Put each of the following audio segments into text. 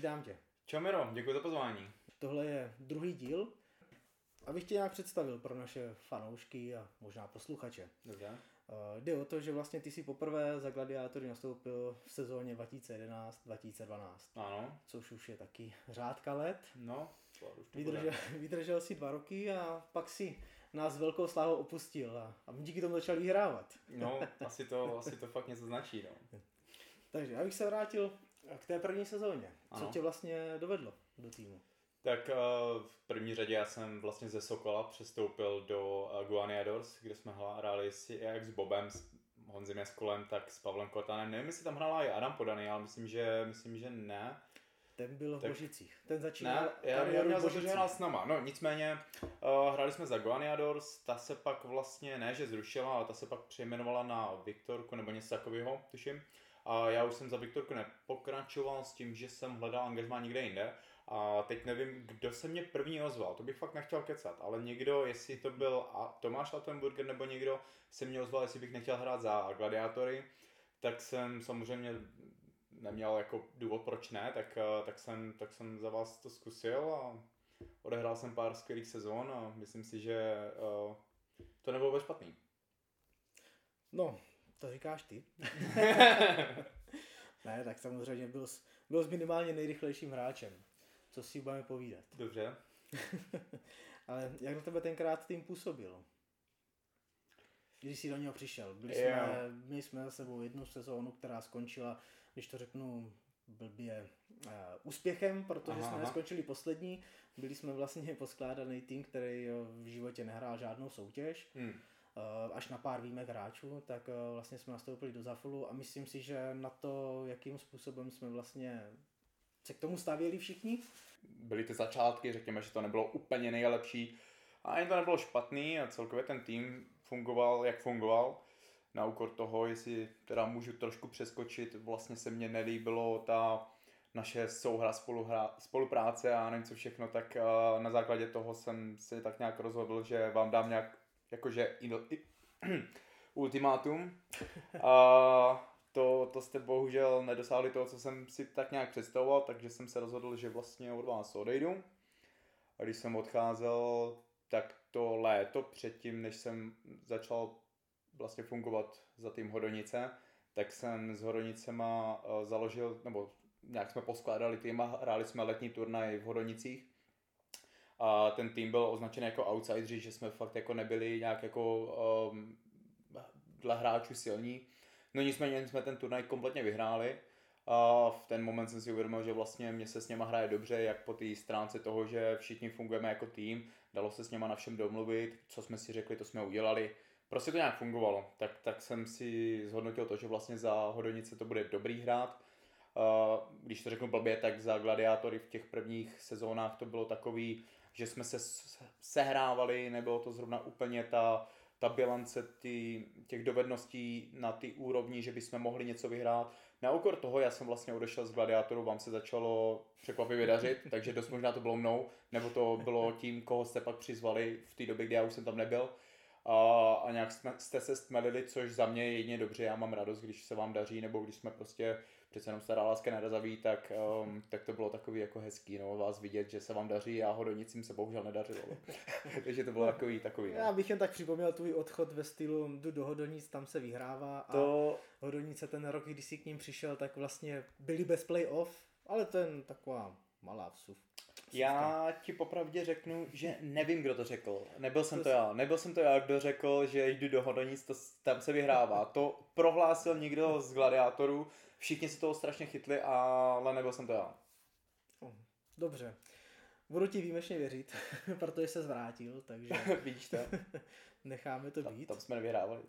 vítám tě. Čau Miro, děkuji za pozvání. Tohle je druhý díl, abych tě nějak představil pro naše fanoušky a možná posluchače. Dobře. Jde o to, že vlastně ty jsi poprvé za Gladiátory nastoupil v sezóně 2011-2012. Ano. Což už je taky řádka let. No, vydržel si 2 roky a pak si nás velkou slávou opustil a díky tomu začal vyhrávat. No, asi to fakt něco značí, no. Takže abych se vrátil k té první sezóně. Co Ano. tě vlastně dovedlo do týmu? Tak v první řadě já jsem vlastně ze Sokola přestoupil do Guaniadors, kde jsme hráli jak s Bobem, s Honzim Jaskolem, tak s Pavlem Kotanem. Nevím, jestli tam hrála i Adam Podaný, ale myslím, že ne. Ten byl v Božicích. Ten začínal Ne, já měl za to, že hrál s náma. No nicméně hráli jsme za Guaniadors, ta se pak vlastně, ne že zrušila, ale ta se pak přejmenovala na Viktorku nebo něco takového, tuším. A já už jsem za Viktorku nepokračoval s tím, že jsem hledal angažmá někde jinde. A teď nevím, kdo se mě první ozval, to bych fakt nechtěl kecat, ale někdo, jestli to byl Tomáš Altenburger nebo někdo se mě ozval, jestli bych nechtěl hrát za Gladiátory, tak jsem samozřejmě neměl jako důvod, proč ne, tak jsem za vás to zkusil a odehrál jsem pár skvělých sezon a myslím si, že to nebylo vůbec špatný. No, to říkáš ty. Ne, tak samozřejmě byl jsi minimálně nejrychlejším hráčem. Co si budeme povídat. Dobře. Ale jak na tebe tenkrát tým působil? Když jsi do něho přišel. Měli jsme za sebou jednu sezónu, která skončila, když to řeknu blbě, úspěchem, protože jsme neskončili poslední. Byli jsme vlastně poskládaný tým, který v životě nehrál žádnou soutěž. Až na pár výjimek hráčů, tak vlastně jsme nastoupili do Zafolu a myslím si, že na to, jakým způsobem jsme vlastně se k tomu stavěli všichni. Byly ty začátky, řekněme, že to nebylo úplně nejlepší. A ani to nebylo špatný a celkově ten tým fungoval, jak fungoval. Na úkor toho, jestli teda můžu trošku přeskočit, vlastně se mně nelíbilo ta naše souhra, spolupráce a nevím co všechno, tak na základě toho jsem si tak nějak rozhodl, že vám dám nějak jakože ultimátum. To jste bohužel nedosáhli toho, co jsem si tak nějak představoval, takže jsem se rozhodl, že vlastně od vás odejdu. A když jsem odcházel, tak to léto předtím, než jsem začal vlastně fungovat za tým Hodonice, tak jsem s Hodonicema založil, nebo nějak jsme poskládali tým a hráli jsme letní turnaj v Hodonicích. A ten tým byl označený jako outsideri, že jsme fakt jako nebyli nějak jako dle hráčů silní. No nicméně jsme ten turnaj kompletně vyhráli a v ten moment jsem si uvědomil, že vlastně mě se s něma hraje dobře, jak po té stránce toho, že všichni fungujeme jako tým, dalo se s něma na všem domluvit, co jsme si řekli, to jsme udělali. Prostě to nějak fungovalo, tak jsem si zhodnotil to, že vlastně za Hodonice to bude dobrý hrát. Když to řeknu blbě, tak za Gladiátory v těch prvních sezónách to bylo takový, že jsme se sehrávali, nebylo to zrovna úplně ta bilance těch dovedností na ty úrovni, že bychom mohli něco vyhrát. Na úkor toho já jsem vlastně odešel z Gladiátorů, vám se začalo překvapivě dařit, takže dost možná to bylo mnou, nebo to bylo tím, koho jste pak přizvali v té době, kdy já už jsem tam nebyl. A nějak jste se stmelili, což za mě je jedině dobře, já mám radost, když se vám daří, nebo když jsme prostě přece jenom stará láska nedazaví, tak to bylo takový jako hezký, no, vás vidět, že se vám daří a Hodonicím se bohužel nedařilo. Takže to bylo takový. Já bych jen tak připomněl tvůj odchod ve stylu jdu do Hodonic, tam se vyhrává a Hodonice ten rok, když jsi k ním přišel, tak vlastně byli bez playoff, ale to je taková malá vsuvka. Já ti popravdě řeknu, že nevím, kdo to řekl. Nebyl jsem to já, kdo řekl, že jdu do Hodonic, tam se vyhrává. To prohlásil někdo z Gladiátorů, všichni se toho strašně chytli, ale nebyl jsem to já. Dobře. Budu ti výjimečně věřit, protože se zvrátil, takže vidíš to? Necháme to být. Tam jsme nevyhrávali.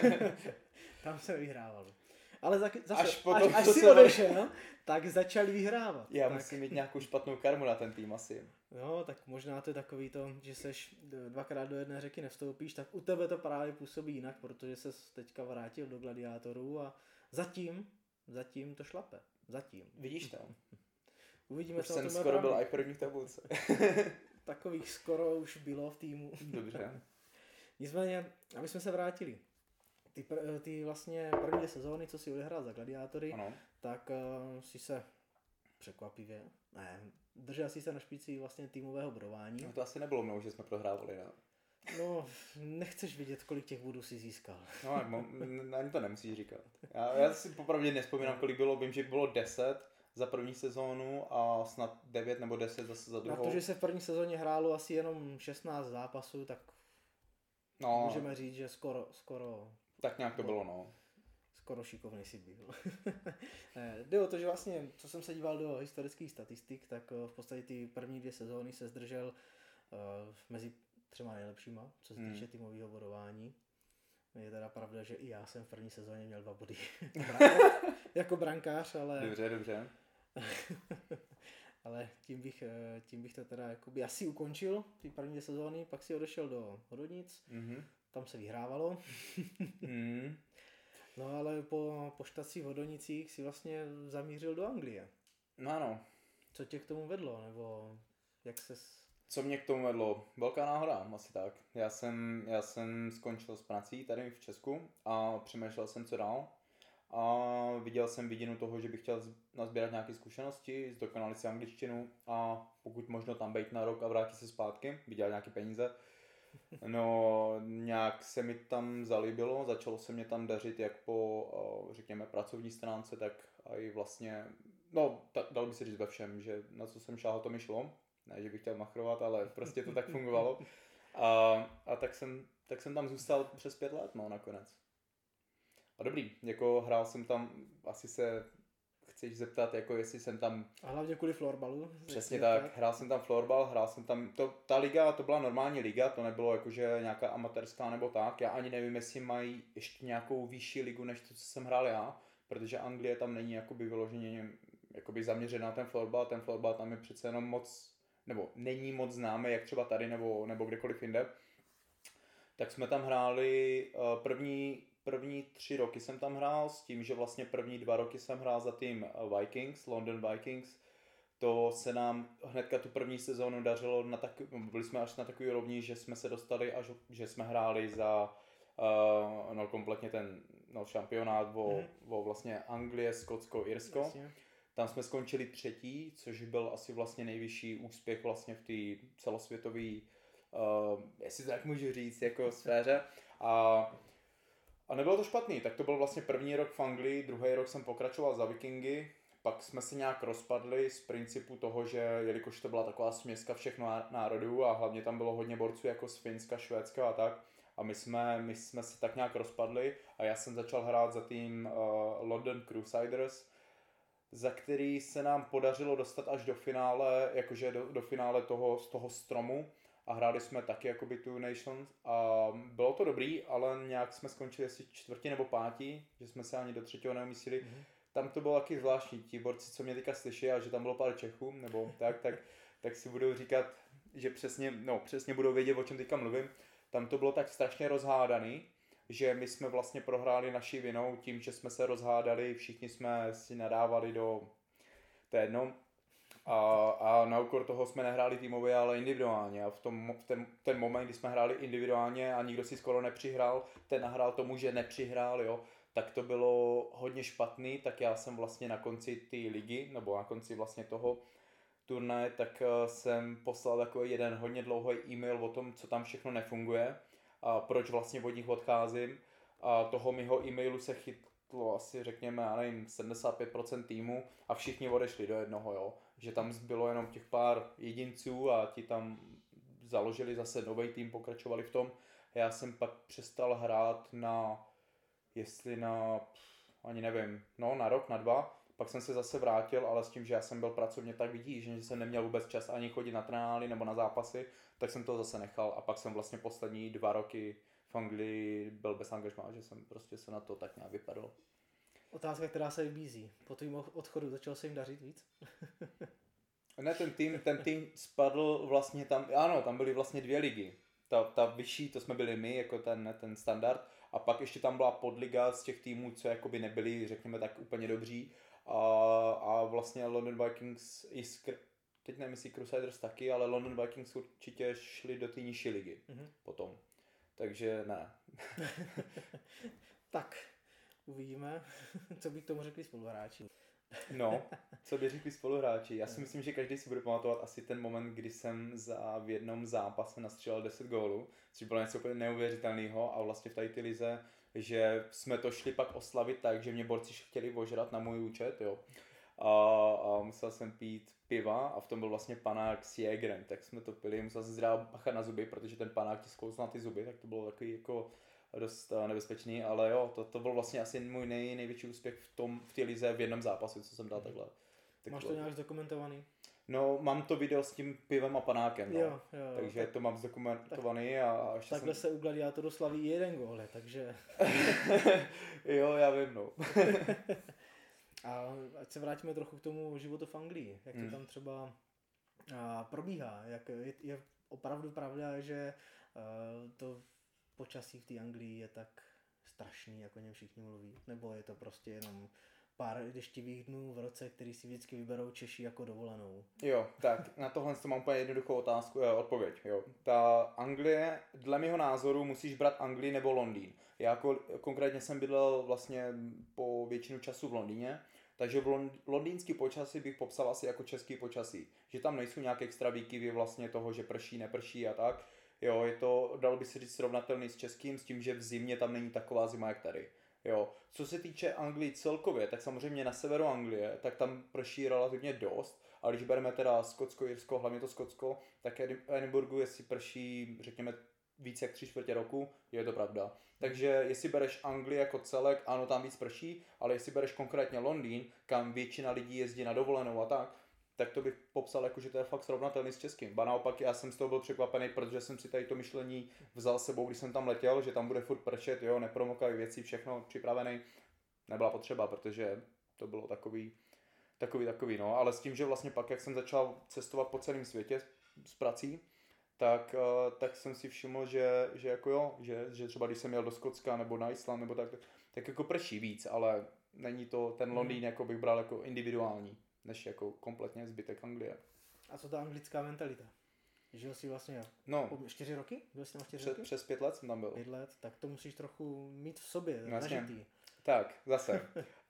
Tam se vyhrávalo. Ale zase, až si odešel, tak začali vyhrávat. Já musím mít nějakou špatnou karmu na ten tým asi. No, tak možná to je takový to, že seš 2krát do jedné řeky nevstoupíš, tak u tebe to právě působí jinak, protože ses teďka vrátil do Gladiátorů a zatím to šlape. Zatím. Vidíš to? Uvidíme, už jsem skoro byl i první v tabulce. Takových skoro už bylo v týmu. Dobře. Nicméně, aby jsme se vrátili. Ty vlastně první sezóny, co si odehrál za Gladiátory, ano. tak si se překvapivě. Ne, držel si se na špici vlastně týmového bodování. No to asi nebylo mnou, že jsme prohrávali, ne? No, nechceš vidět, kolik těch bodů si získal. No, ani to nemusíš říkat. Já si popravdě nespomínám, kolik bylo, vím, že bylo 10 za první sezónu a snad 9 nebo 10 zase za druhou. Na to, že se v první sezóně hrálo asi jenom 16 zápasů, tak můžeme říct, že skoro... Tak nějak to bylo, no. Skoro šikovný si byl. Jde o to, že vlastně, co jsem se díval do historických statistik, tak v podstatě ty první 2 sezóny se zdržel mezi 3 nejlepšíma, co se týče týmového bodování. Je teda pravda, že i já jsem v první sezóně měl 2 body. Jako brankář, ale... Dobře. Ale tím bych to teda jakoby asi ukončil, ty první 2 sezóny, pak si odešel do Hodonic, tam se vyhrávalo. No ale po štaci v Hodonicích si vlastně zamířil do Anglie. No ano. Co tě k tomu vedlo, nebo jak ses... Co mě k tomu vedlo? Velká náhoda, asi tak. Já jsem skončil s prací tady v Česku a přemýšlel jsem, co dál. A viděl jsem vidinu toho, že bych chtěl nazbírat nějaké zkušenosti, zdokonalit si angličtinu a pokud možno tam být na rok a vrátit se zpátky, vydělat nějaké peníze. No, nějak se mi tam zalíbilo, začalo se mě tam dařit jak po, řekněme, pracovní stránce, tak i vlastně, no, dalo by se říct ve všem, že na co jsem šáhl, to mi šlo. Ne, že bych chtěl machrovat, ale prostě to tak fungovalo. A tak jsem tam zůstal přes 5 let, no, nakonec. A dobrý, jako hrál jsem tam, asi se chceš zeptat, jako jestli jsem tam... A hlavně kvůli florbalu. Přesně tak, hrál jsem tam florbal, hrál jsem tam, ta liga, to byla normální liga, to nebylo jakože nějaká amatérská nebo tak, já ani nevím, jestli mají ještě nějakou vyšší ligu, než to, co jsem hrál já, protože Anglie tam není jakoby vyloženě jakoby zaměřená na ten florbal tam je přece jenom moc, nebo není moc známý, jak třeba tady nebo kdekoliv jinde. Tak jsme tam hráli první 3 roky jsem tam hrál s tím, že vlastně první 2 roky jsem hrál za tým Vikings, London Vikings. To se nám hnedka tu první sezónu dařilo, byli jsme až na takový úrovni, že jsme se dostali až, že jsme hráli za kompletně ten šampionát o vlastně Anglie, Skotsko, Irsko. Jasně. Tam jsme skončili 3., což byl asi vlastně nejvyšší úspěch vlastně v té celosvětové, jestli to tak můžu říct, jako sféře. A nebylo to špatný, tak to byl vlastně první rok v Anglii, druhý rok jsem pokračoval za Vikingy, pak jsme se nějak rozpadli z principu toho, že jelikož to byla taková směska všech národů a hlavně tam bylo hodně borců jako z Finska, Švédska a tak, a my jsme se tak nějak rozpadli a já jsem začal hrát za tým London Crusaders, za který se nám podařilo dostat až do finále, jakože do finále z toho stromu. A hráli jsme taky jakoby Two Nations a bylo to dobrý, ale nějak jsme skončili asi 4. nebo 5., že jsme se ani do 3. neumístili. Tam to bylo taky zvláštní, ti borci, co mě teďka slyší a že tam bylo pár Čechů, nebo tak si budou říkat, že přesně budou vědět, o čem teďka mluvím. Tam to bylo tak strašně rozhádaný, že my jsme vlastně prohráli naší vinou tím, že jsme se rozhádali, všichni jsme si nadávali to je jedno. A na úkor toho jsme nehráli týmově, ale individuálně. A v ten moment, kdy jsme hráli individuálně a nikdo si skoro nepřihrál, ten nahrál tomu, že nepřihrál, jo, tak to bylo hodně špatný, tak já jsem vlastně na konci té ligy, nebo na konci vlastně toho turnaje, tak jsem poslal takový jeden hodně dlouhý e-mail o tom, co tam všechno nefunguje a proč vlastně od nich odcházím. A toho mýho e-mailu se chytlo asi, řekněme, já nevím, 75% týmu a všichni odešli do jednoho, jo. Že tam zbylo jenom těch pár jedinců a ti tam založili zase nový tým, pokračovali v tom. Já jsem pak přestal hrát ani nevím, na rok, na 2. Pak jsem se zase vrátil, ale s tím, že já jsem byl pracovně tak vytížený, že jsem neměl vůbec čas ani chodit na tréninky nebo na zápasy, tak jsem to zase nechal a pak jsem vlastně poslední 2 roky v Anglii byl bez angažmá, že jsem prostě se na to tak nějak vypadl. Otázka, která se vybízí. Po tvým odchodu začal se jim dařit víc? Ne, ten tým spadl vlastně tam, ano, tam byly vlastně 2 ligy. Ta vyšší, to jsme byli my, jako ten standard, a pak ještě tam byla podliga z těch týmů, co jakoby nebyli, řekněme tak, úplně dobří. A vlastně London Vikings, teď nevím, jestli Crusaders taky, ale London Vikings určitě šli do té nižší ligy potom. Takže ne. Tak, uvidíme, co by k tomu řekli spoluhráči. No, co by řekli spoluhráči? Já si myslím, že každý si bude pamatovat asi ten moment, kdy jsem v jednom zápase nastřelil 10 gólů, což bylo něco úplně neuvěřitelného a vlastně v tady ty lize, že jsme to šli pak oslavit tak, že mě borci chtěli ožrat na můj účet, jo. A musel jsem pít piva a v tom byl vlastně panák s Jägerem, tak jsme to pili, musel jsem zdrát bacha na zuby, protože ten panák ti zkousl na ty zuby, tak to bylo takový jako dost nebezpečný, ale jo, to byl vlastně asi můj největší úspěch v té lize v jednom zápase, co jsem dal takhle. Máš to nějak zdokumentovaný? No, mám to video s tím pivem a panákem, no. Jo, takže tak, to mám zdokumentovaný a ještě takhle se u Gladiátoru slaví jeden gól, takže... Jo, já vím, no. A ať se vrátíme trochu k tomu životu v Anglii, jak to tam třeba probíhá, jak je opravdu pravda, že to počasí v té Anglii je tak strašný, jako o něm všichni mluví, nebo je to prostě jenom pár deštivých dnů v roce, který si vždycky vyberou Češi jako dovolenou? Jo, tak na tohle mám úplně jednoduchou odpověď. Jo. Ta Anglie, dle mého názoru, musíš brát Anglii nebo Londýn. Já konkrétně jsem bydlel vlastně po většinu času v Londýně, takže v londýnský počasí bych popsal asi jako český počasí. Že tam nejsou nějaké extra výkyvy vlastně toho, že prší, neprší a tak. Jo, je to, dalo by se říct, srovnatelný s českým, s tím, že v zimě tam není taková zima, jak tady. Jo. Co se týče Anglii celkově, tak samozřejmě na severu Anglie, tak tam prší relativně dost, ale když bereme teda Skotsko, Irsko, hlavně to Skotsko, tak v Edinburghu, jestli prší, řekněme, víc jak 3/4 roku, je to pravda. Takže jestli bereš Anglii jako celek, ano, tam víc prší, ale jestli bereš konkrétně Londýn, kam většina lidí jezdí na dovolenou a tak to bych popsal jako, že to je fakt srovnatelný s českým. Ba naopak já jsem z toho byl překvapený, protože jsem si tady to myšlení vzal s sebou, když jsem tam letěl, že tam bude furt pršet, jo, nepromokají věci, všechno připravený. Nebyla potřeba, protože to bylo takový, no, ale s tím, že vlastně pak, jak jsem začal cestovat po celém světě s prací, tak jsem si všiml, že jako jo, že třeba když jsem jel do Skotska nebo na Island nebo tak jako prší víc, ale není to ten Londýn, jako bych bral jako individuální, než jako kompletně zbytek Anglie. A co ta anglická mentalita? Žil jsi vlastně 4 roky? Byl jsi tam 4 roky? Přes 5 let jsem tam byl. 5 let, tak to musíš trochu mít v sobě, nažitý. Tak, zase.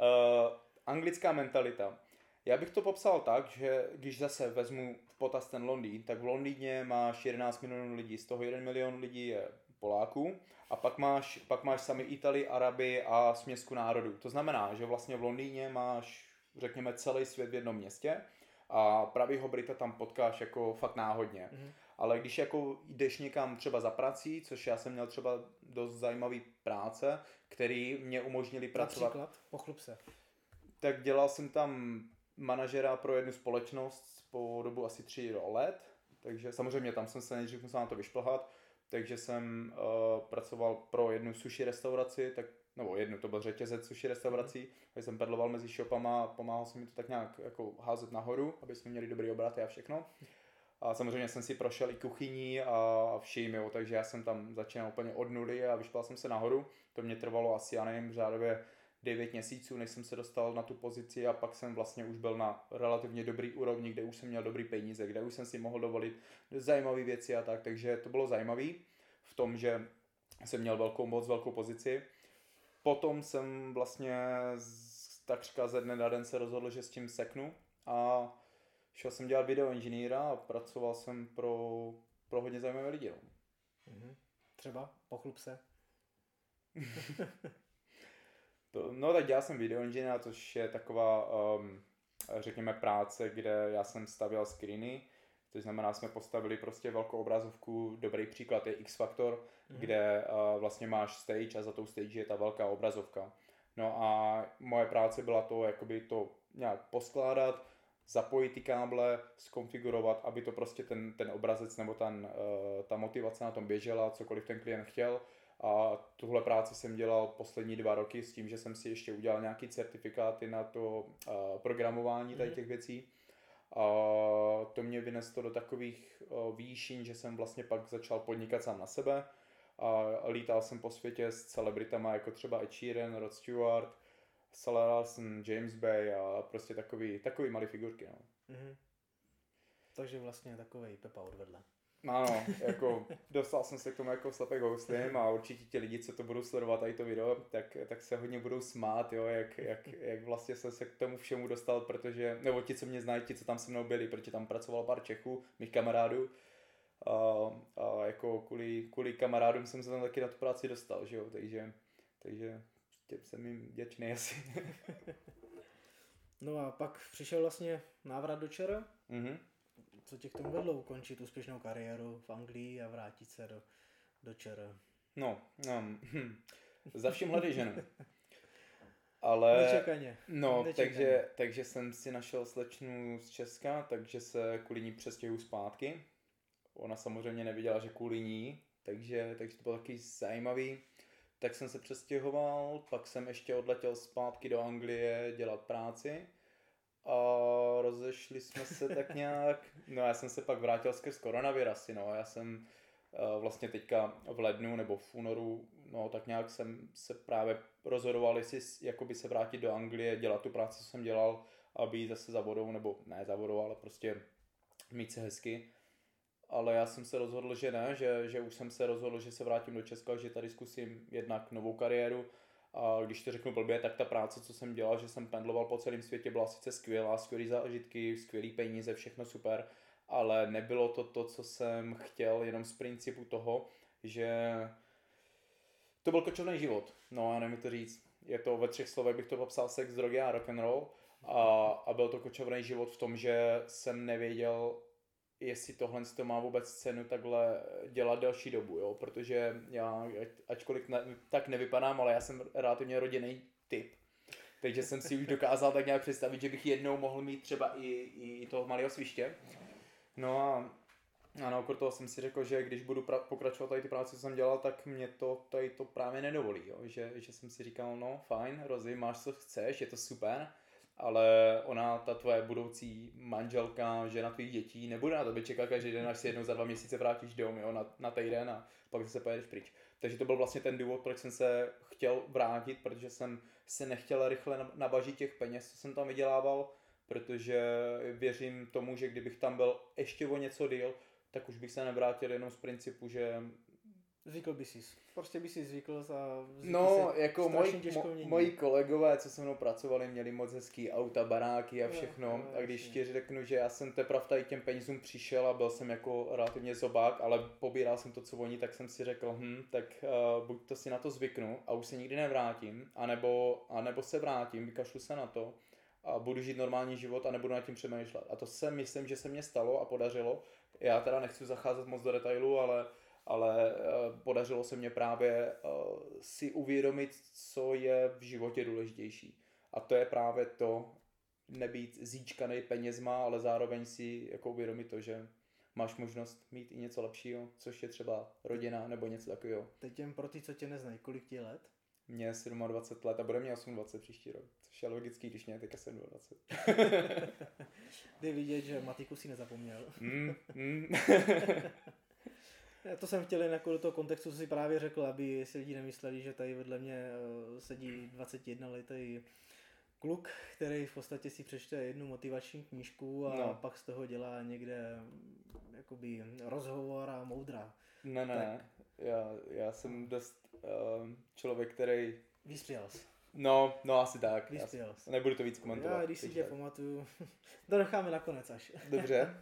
Anglická mentalita. Já bych to popsal tak, že když zase vezmu v potaz ten Londýn, tak v Londýně máš 11 milionů lidí, z toho 1 milion lidí je Poláků a pak máš sami Italii, Araby a směsku národů. To znamená, že vlastně v Londýně máš, řekněme, celý svět v jednom městě a pravýho Brita tam potkáš jako fakt náhodně. Ale když jako jdeš někam třeba za prací, což já jsem měl třeba dost zajímavý práce, který mě umožnili pracovat. Například, pochlup se. Tak dělal jsem tam manažera pro jednu společnost po dobu asi 3 let, takže samozřejmě tam jsem se nejdřív musel na to vyšplhat, takže jsem pracoval pro jednu sushi restauraci, to byl řetězec sushi restaurací, takže jsem pedloval mezi shopama a pomáhal jsem mi to tak nějak jako házet nahoru, aby jsme měli dobrý obraty a všechno. A samozřejmě jsem si prošel i kuchyní a vším, jo, takže já jsem tam začínal úplně od nuly a vyšplhal jsem se nahoru. To mě trvalo asi, já nevím, řádově 9 měsíců, než jsem se dostal na tu pozici a pak jsem vlastně už byl na relativně dobrý úrovni, kde už jsem měl dobrý peníze, kde už jsem si mohl dovolit zajímavé věci a tak, takže to bylo zajímavé v tom, že jsem měl velkou pozici. Potom jsem vlastně takřka ze dne na den se rozhodl, že s tím seknu a šel jsem dělat videoinženýra a pracoval jsem pro hodně zajímavé lidi. No. Třeba? Pochlup se. Tak dělal jsem videoinženýra, což je taková, řekněme, práce, kde já jsem stavěl screeny, to znamená, jsme postavili prostě velkou obrazovku, dobrý příklad je X-Factor, kde vlastně máš stage a za tou stage je ta velká obrazovka. No a moje práce byla to, jakoby to nějak poskládat, zapojit ty káble, zkonfigurovat, aby to prostě ten obrazec nebo ta motivace na tom běžela, cokoliv ten klient chtěl. A tuhle práci jsem dělal poslední 2 roky s tím, že jsem si ještě udělal nějaký certifikáty na to programování tady těch věcí. A to mě vyneslo do takových výšin, že jsem vlastně pak začal podnikat sám na sebe. A lítal jsem po světě s celebritama jako třeba Ed Sheeran, Rod Stewart, Sarah Larson, James Bay a prostě takový malý figurky. No. Takže vlastně takovej Pepa odvedle. Ano, jako dostal jsem se k tomu jako slepek houslím a určitě ti lidi, co to budou sledovat tady to video, tak se hodně budou smát, jo, jak vlastně jsem se k tomu všemu dostal, protože, nebo ti, co mě znají, ti, co tam se mnou byli, protože tam pracovalo pár Čechů, mých kamarádů, a jako kvůli kamarádům jsem se tam taky na tu práci dostal, že jo, takže těm jsem jim vděčný asi. No a pak přišel vlastně návrat do ČR. Mhm. Co tě k tomu vedlo ukončit úspěšnou kariéru v Anglii a vrátit se do ČR? No, za vším hledej ženu. Ale, Nečekaně. no, Nečekaně. takže jsem si našel slečnu z Česka, takže se kvůli ní přestěhuju zpátky. Ona samozřejmě nevěděla, že kvůli ní, takže to bylo taky zajímavý. Tak jsem se přestěhoval, pak jsem ještě odletěl zpátky do Anglie dělat práci a rozešli jsme se tak nějak. No já jsem se pak vrátil skrz koronavir asi, no. Já jsem vlastně teďka v lednu nebo v únoru, no tak nějak jsem se právě rozhodoval, jestli jakoby se vrátit do Anglie, dělat tu práci, co jsem dělal, aby jít zase za vodou, nebo ne za vodou, ale prostě mít se hezky. Ale já jsem se rozhodl, že ne, že už jsem se rozhodl, že se vrátím do Česka, že tady zkusím jednak novou kariéru. A když to řeknu blbě, tak ta práce, co jsem dělal, že jsem pendloval po celém světě, byla sice skvělá, skvělý zážitky, skvělý peníze, všechno super, ale nebylo to, co jsem chtěl, jenom z principu toho, že to byl kočovný život. No, já nevím to říct. Je to ve 3 slovech, bych to popsal: sex, drogy a rock and roll. A byl to kočovný život v tom, že jsem nevěděl, jestli tohle to má vůbec cenu takhle dělat delší dobu, jo, protože já, ačkoliv tak nevypadám, ale já jsem relativně rodinný typ, takže jsem si už dokázal tak nějak představit, že bych jednou mohl mít třeba i toho malého sviště. No a na okolo toho jsem si řekl, že když budu pokračovat tady ty práce, co jsem dělal, tak mě to tady to právě nedovolí, jo, že jsem si říkal, no fajn, Rozi, máš co chceš, je to super, ale ona, ta tvoje budoucí manželka, žena tvých dětí, nebude na tebe čekat každý den, až si jednou za 2 měsíce vrátíš domů, jo, na týden a pak zase pojedeš pryč. Takže to byl vlastně ten důvod, proč jsem se chtěl vrátit, protože jsem se nechtěl rychle nabažit těch peněz, co jsem tam vydělával, protože věřím tomu, že kdybych tam byl ještě o něco díl, tak už bych se nevrátil jenom z principu, že... Zvykl by si. Prostě by si zvykl a no, jako moji kolegové, co se mnou pracovali, měli moc hezký auta, baráky a všechno. No, a když ti řeknu, že já jsem teprve tady těm penězům přišel a byl jsem jako relativně zobák, ale pobíral jsem to, co oni, tak jsem si řekl, tak buď to si na to zvyknu a už se nikdy nevrátím, anebo se vrátím, vykašlu se na to a budu žít normální život a nebudu nad tím přemýšlet. A to se myslím, že se mně stalo a podařilo. Já teda nechci zacházet moc do detailu, ale podařilo se mně právě si uvědomit, co je v životě důležitější. A to je právě to, nebýt zíčkanej penězma, ale zároveň si jako uvědomit to, že máš možnost mít i něco lepšího, což je třeba rodina nebo něco takového. Teď jen pro ty, co tě neznají, kolik ti je let? Mně je 27 let a bude mě 28 příští rok, což je logický, když mě je teďka 27. Jde vidět, že matiku si nezapomněl. To jsem chtěl jen jako do toho kontextu, co si právě řekl, aby si lidi nemysleli, že tady vedle mě sedí 21letý kluk, který v podstatě si přečte jednu motivační knížku a pak z toho dělá někde jakoby rozhovor a moudra. Ne. Já jsem dost člověk, který... Vyspěl jsi. No, asi tak. Vyspěl jsi. Nebudu to víc komentovat. Já když si tě pamatuju, to necháme nakonec až. Dobře.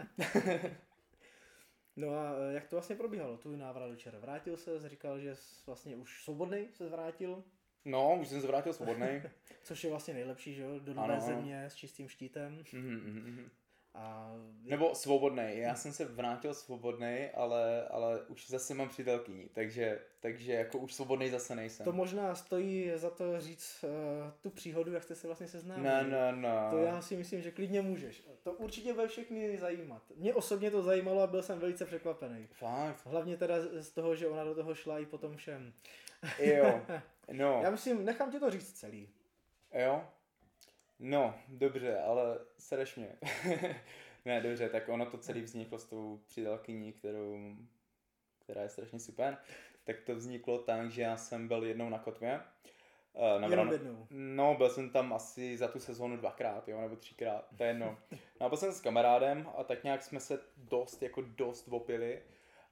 No a jak to vlastně probíhalo, tvůj návrat do ČR? Vrátil se, říkal, že jsi vlastně už svobodný se vrátil? No, už jsem se vrátil svobodný. Což je vlastně nejlepší, že jo? Do nové země s čistým štítem. A... Nebo svobodný. Já jsem se vrátil svobodný, ale už zase mám přítelkyni, takže jako už svobodný zase nejsem. To možná stojí za to říct tu příhodu, jak jste se vlastně seznámili. Ne. To já si myslím, že klidně můžeš. To určitě bude všechny zajímat. Mě osobně to zajímalo a byl jsem velice překvapený. Fakt? Hlavně teda z toho, že ona do toho šla i potom všem. Jo, no. Já myslím, nechám tě to říct celý. Jo? No, dobře, ale sereš mě. Ne, dobře, tak ono to celé vzniklo s tou přítelkyní, která je strašně super. Tak to vzniklo tak, že já jsem byl jednou na kotvě. Jenom jednou? No, byl jsem tam asi za tu sezónu 2krát, jo, nebo 3krát, to je jedno. No a byl jsem s kamarádem a tak nějak jsme se dost opili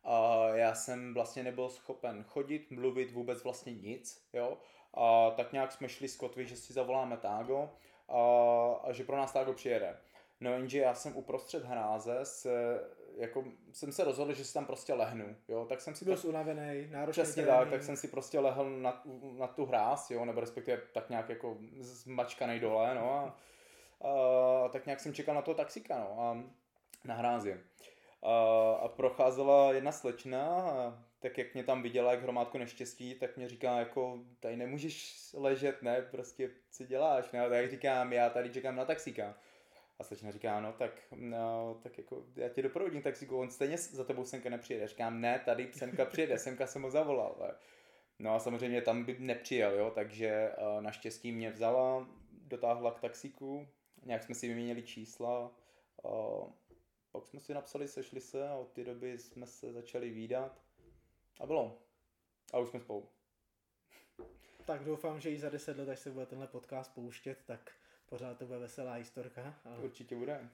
A já jsem vlastně nebyl schopen chodit, mluvit, vůbec vlastně nic, jo. A tak nějak jsme šli z kotvy, že si zavoláme Tágo a že pro nás Tágo přijede. No jenže já jsem uprostřed hráze jako jsem se rozhodl, že si tam prostě lehnu, jo, tak jsem si... Byl jsi unavený, náročný Přesně trénink. tak jsem si prostě lehl na tu hráz, jo, nebo respektive tak nějak jako zmačkanej dole, no a tak nějak jsem čekal na toho taxíka, no, a na hrázi. A procházela jedna slečna, tak jak mě tam viděla, jak hromádku neštěstí, tak mě říká jako, tady nemůžeš ležet, ne, prostě co děláš, ne, tak říkám, já tady čekám na taxíka. A slečna říká, no tak jako já tě doprovodím taxíku, on stejně za tebou Senka nepřijede. Říkám, ne, tady Senka přijede, Senka jsem ho zavolal. No a samozřejmě tam by nepřijel, jo, takže naštěstí mě vzala, dotáhla k taxíku, nějak jsme si vyměnili čísla, pak jsme si napsali, sešli se a od té doby jsme se začali vídat a bylo. A už jsme spolu. Tak doufám, že i za 10 let, až se bude tenhle podcast pouštět, tak pořád to bude veselá historka. Ale... Určitě bude.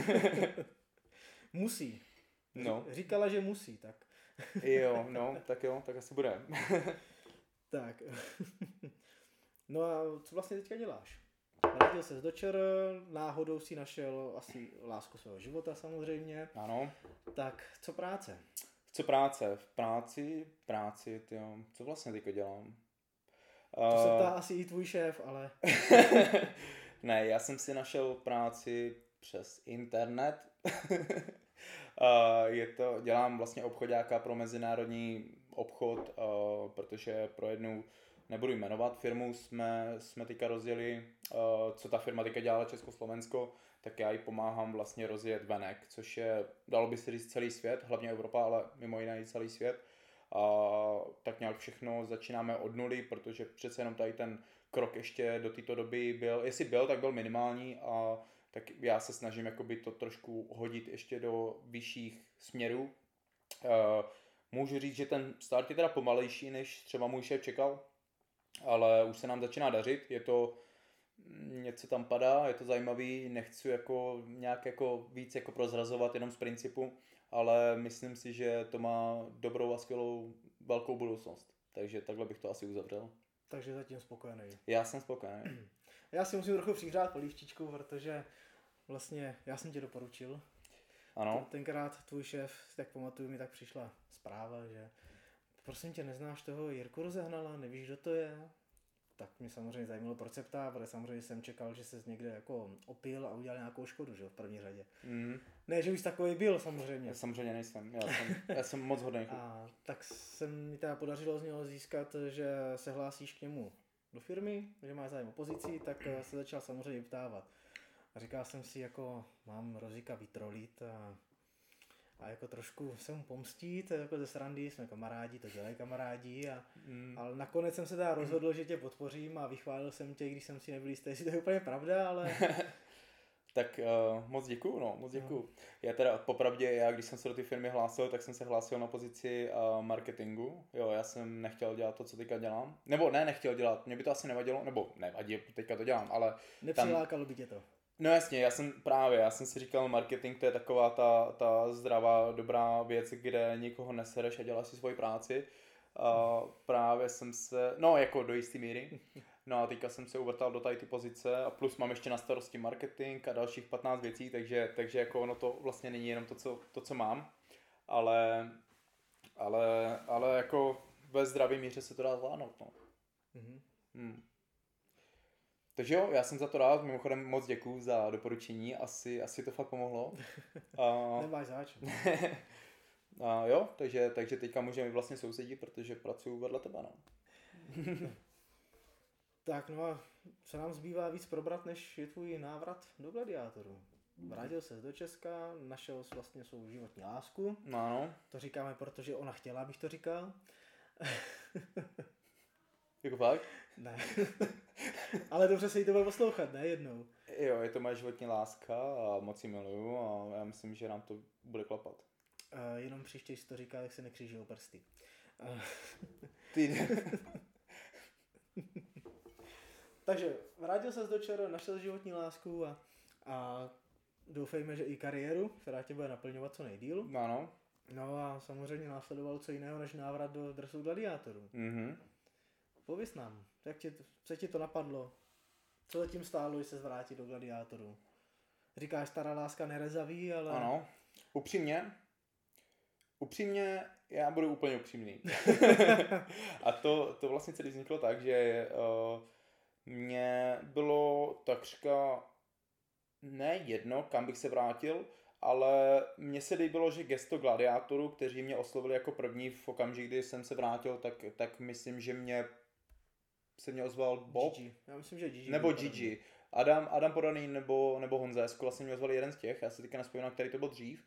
Musí. No. Říkala, že musí, tak. Jo, tak asi bude. Tak. No a co vlastně teďka děláš? Vrátil ses do ČR, náhodou si našel asi lásku svého života samozřejmě. Ano. Tak co práce? Co práce? V práci, tyjo, co vlastně teďka dělám? To se ptá asi i tvůj šéf, ale... Ne, já jsem si našel práci přes internet. Dělám vlastně obchodáka pro mezinárodní obchod, protože pro jednu, nebudu jmenovat, firmu jsme teďka rozjeli, co ta firma teďka dělala Československo, tak já ji pomáhám vlastně rozjet venek, což je, dalo by se říct, celý svět, hlavně Evropa, ale mimo jiné i celý svět. Tak nějak všechno začínáme od nuly, protože přece jenom tady ten krok ještě do této doby byl, jestli byl, tak byl minimální a tak já se snažím jakoby to trošku hodit ještě do vyšších směrů. Můžu říct, že ten start je teda pomalejší, než třeba můj šéf čekal, ale už se nám začíná dařit, je to, něco tam padá, je to zajímavý, nechci jako nějak jako víc jako prozrazovat jenom z principu, ale myslím si, že to má dobrou a skvělou velkou budoucnost, takže takhle bych to asi uzavřel. Takže zatím spokojený. Já jsem spokojený. Já si musím trochu přihřát polívčičku, protože vlastně já jsem tě doporučil. Ano. Tenkrát tvůj šéf, tak pamatuju, mi tak přišla zpráva, že prosím tě, neznáš toho Jirku Rozehnala, nevíš, kdo to je? Tak mě samozřejmě zajímalo, proč se ptá, protože samozřejmě jsem čekal, že ses někde jako opil a udělal nějakou škodu, že v první řadě. Mm. Ne, že už takový byl samozřejmě. Já samozřejmě nejsem, já jsem moc hodný. A tak se mi teda podařilo z něho získat, že se hlásíš k němu do firmy, že máš zájem o pozici, tak se začal samozřejmě ptávat. A říkal jsem si, jako mám Rozíka vytrolit a jako trošku se mu pomstít, jako ze srandy, jsme kamarádi, to dělají kamarádi, ale nakonec jsem se teda rozhodl, že tě podpořím a vychválil jsem tě, když jsem si nebyl jistý, jestli to je úplně pravda, ale... Tak moc děkuju, moc děkuju. No. Já teda popravdě, když jsem se do té firmy hlásil, tak jsem se hlásil na pozici marketingu. Jo, já jsem nechtěl dělat to, co teďka dělám. Nebo ne, nechtěl dělat, mě by to asi nevadilo, nebo nevadí, teďka to dělám, ale... Nepřilákalo by tě to. No jasně, já jsem si říkal, marketing to je taková ta zdravá, dobrá věc, kde nikoho nesereš a děláš si svoji práci. Právě jsem se, jako do jistý míry. No a teďka jsem se uvrtal do tady ty pozice a plus mám ještě na starosti marketing a dalších 15 věcí, takže jako ono to vlastně není jenom to, co mám, ale jako ve zdravé míře se to dá zvládnout, no. Mm-hmm. Takže jo, já jsem za to rád, mimochodem moc děkuju za doporučení, asi to fakt pomohlo. Nemáš zač. Jo, takže teďka můžeme vlastně sousedit, protože pracuju vedle tebe, no. Tak no a co nám zbývá víc probrat, než je tvůj návrat do Gladiátorů. Vrátil ses do Česka, našel jsi vlastně svou životní lásku. Ano. To říkáme, protože ona chtěla, abych to říkal. Jako fakt? Ne. Ale dobře se jí to bude poslouchat, ne jednou. Jo, je to moje životní láska a moc ji miluju a já myslím, že nám to bude klapat. Jenom příště, si to říká, tak se nekříží o prsty. Ty... Takže vrátil ses do ČR, našel životní lásku a doufejme, že i kariéru, která tě bude naplňovat co nejdýl. Ano. No a samozřejmě následovalo co jiného než návrat do dresu gladiátorů. Mhm. Pověz nám, co ti to napadlo? Co zatím stálo, že se zvrátit do gladiátorů? Říkáš, stará láska nerezaví, ale... Ano, upřímně, já budu úplně upřímný. A to vlastně celý vzniklo tak, že mě bylo takřka ne jedno, kam bych se vrátil, ale mně se líbilo, že gesto gladiátorů, kteří mě oslovili jako první v okamžik, kdy jsem se vrátil, tak myslím, že se mě ozval Bob. Gigi. Já myslím, že Gigi. Nebo Gigi. Adam Podaný nebo Honzésko, vlastně mě ozvali jeden z těch, já se teďka nespomínám, který to byl dřív.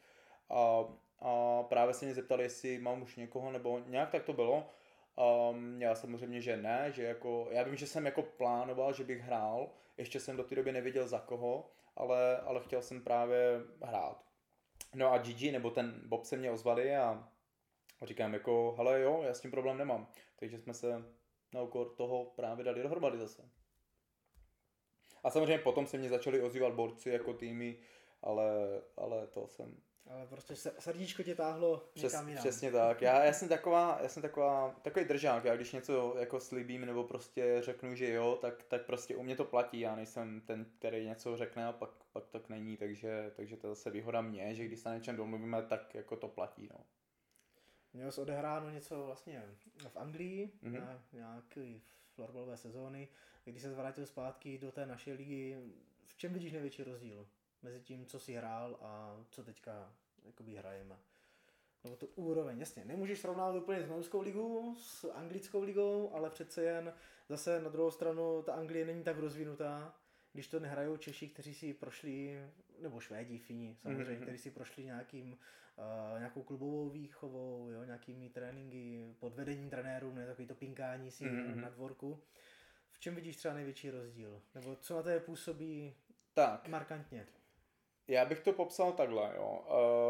A právě se mě zeptali, jestli mám už někoho, nebo nějak tak to bylo. Já samozřejmě, že ne, že jako, já vím, že jsem jako plánoval, že bych hrál, ještě jsem do té doby nevěděl za koho, ale chtěl jsem právě hrát. No a Gigi nebo ten Bob se mě ozvali a říkám jako, hele jo, já s tím problém nemám. Takže jsme se na úkor toho právě dali dohromady zase. A samozřejmě potom se mě začali ozývat borci jako týmy, ale to jsem... Ale prostě srdíčko tě táhlo někam jinam. Přesně tak. Já jsem takový držák. Já když něco jako slíbím nebo prostě řeknu, že jo, tak prostě u mě to platí. Já nejsem ten, který něco řekne a pak tak není. Takže to je zase výhoda mě, že když se na něčem domluvíme, tak jako to platí. No. Měl jsi odehráno něco vlastně v Anglii, na nějaké florbalové sezóny. Když se vrátil zpátky do té naší ligy, v čem vidíš největší rozdíl mezi tím, co jsi hrál a co teďka jakoby hrajeme? Nebo tu úroveň, jasně, nemůžeš srovnávat úplně s Norskou ligou, s anglickou ligou, ale přece jen zase na druhou stranu ta Anglie není tak rozvinutá, když to nehrajou Češi, kteří si prošli, nebo Švédi, Fini samozřejmě, kteří si prošli nějakou klubovou výchovou, jo, nějakými tréninky pod vedením trenérů, ne takový to pinkání si na dvorku. V čem vidíš třeba největší rozdíl? Nebo co na té působí tak markantně? Já bych to popsal takhle, jo.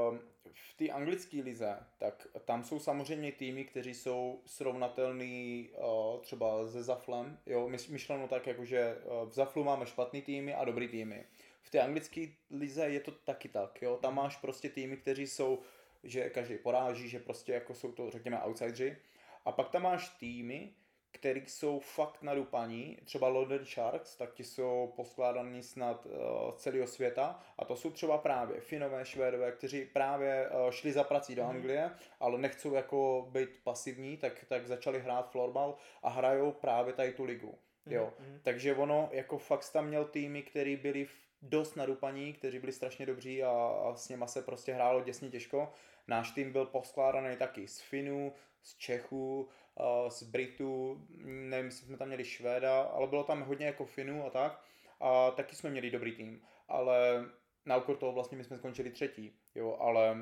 V té anglické lize, tak tam jsou samozřejmě týmy, kteří jsou srovnatelný třeba se Zaflem, jo, myšleno tak, jakože v Zaflu máme špatný týmy a dobrý týmy. V té anglické lize je to taky tak, jo, tam máš prostě týmy, kteří jsou, že každý poráží, že prostě jako jsou to, řekněme, outsideri. A pak tam máš týmy, který jsou fakt nadupaní, třeba London Sharks, tak ti jsou poskládaní snad z celého světa a to jsou třeba právě Finové, Švédové, kteří právě šli za prací do Anglie, ale nechcou jako být pasivní, tak začali hrát florbal a hrajou právě tady tu ligu. Jo. Takže ono, jako fakt tam měl týmy, který byli dost nadupaní, kteří byli strašně dobří a s něma se prostě hrálo děsně těžko. Náš tým byl poskládaný taky z Finů, z Čechů, z Britů, nevím, jestli jsme tam měli Švéda, ale bylo tam hodně jako Finů a tak. A taky jsme měli dobrý tým, ale na úkor toho vlastně my jsme skončili třetí, jo,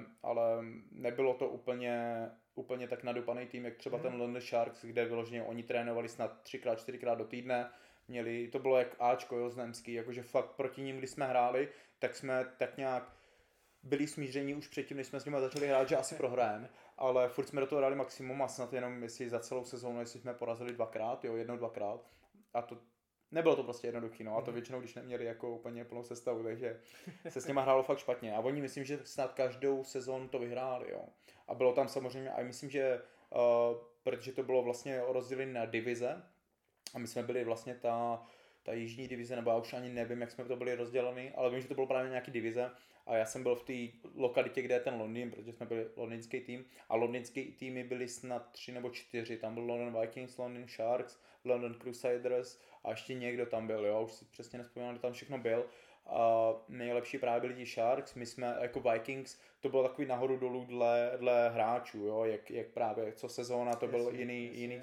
ale nebylo to úplně tak nadupaný tým, jak třeba ten London Sharks, kde vyloženě oni trénovali snad 3x, 4x do týdne, to bylo jak Ačko, jo, znamský, jakože fakt proti ním, když jsme hráli, tak jsme tak nějak byli smíření už předtím, než jsme s nimi začali hrát, že asi prohrajeme, ale furt jsme do toho dali maximum a snad jenom jestli za celou sezónu, jestli jsme porazili jednou, dvakrát a to nebylo to prostě jednoduchý, no a to většinou, když neměli jako úplně plnou sestavu, takže se s nima hrálo fakt špatně a oni myslím, že snad každou sezónu to vyhráli, jo. A bylo tam samozřejmě, a myslím, že protože to bylo vlastně rozdělené na divize a my jsme byli vlastně ta jižní divize, nebo já už ani nevím, jak jsme to byli rozděleni, ale vím, že to bylo právě nějaký divize a já jsem byl v té lokalitě, kde je ten Londýn, protože jsme byli londýnský tým a londýnský týmy byly snad 3 nebo 4, tam byl London Vikings, London Sharks, London Crusaders a ještě někdo tam byl, jo, už si přesně nespomínám, kdo tam všechno byl. A nejlepší právě byli ti Sharks, my jsme jako Vikings, to bylo takový nahoru dolů dle hráčů, jo, jak právě co sezóna, to byl jiný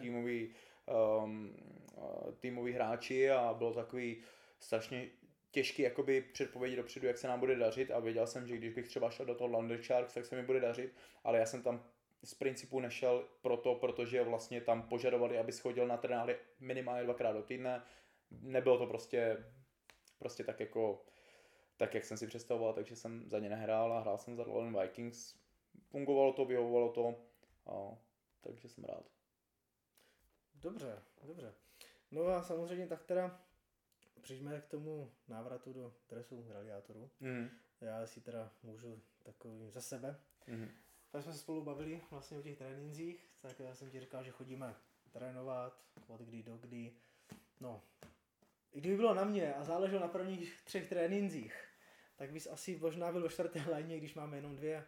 týmový hráči a bylo takový strašně těžký jakoby předpovědět dopředu, jak se nám bude dařit a věděl jsem, že když bych třeba šel do toho London Sharks, tak se mi bude dařit, ale já jsem tam z principu nešel protože vlastně tam požadovali, aby schodil na trénály minimálně 2x do týdne, nebylo to prostě tak jako tak, jak jsem si představoval, takže jsem za ně nehrál a hrál jsem za London Vikings. Fungovalo to, vyhovovalo to, takže jsem rád. Dobře. No a samozřejmě tak teda přijďme k tomu návratu do dresu gladiátorů. Já si teda můžu takový za sebe. tak jsme se spolu bavili vlastně o těch trénincích, tak já jsem ti říkal, že chodíme trénovat od kdy do kdy. No, i kdyby bylo na mě a záleželo na prvních 3 trénincích, tak bys asi možná byl ve 4. léně, když máme jenom 2.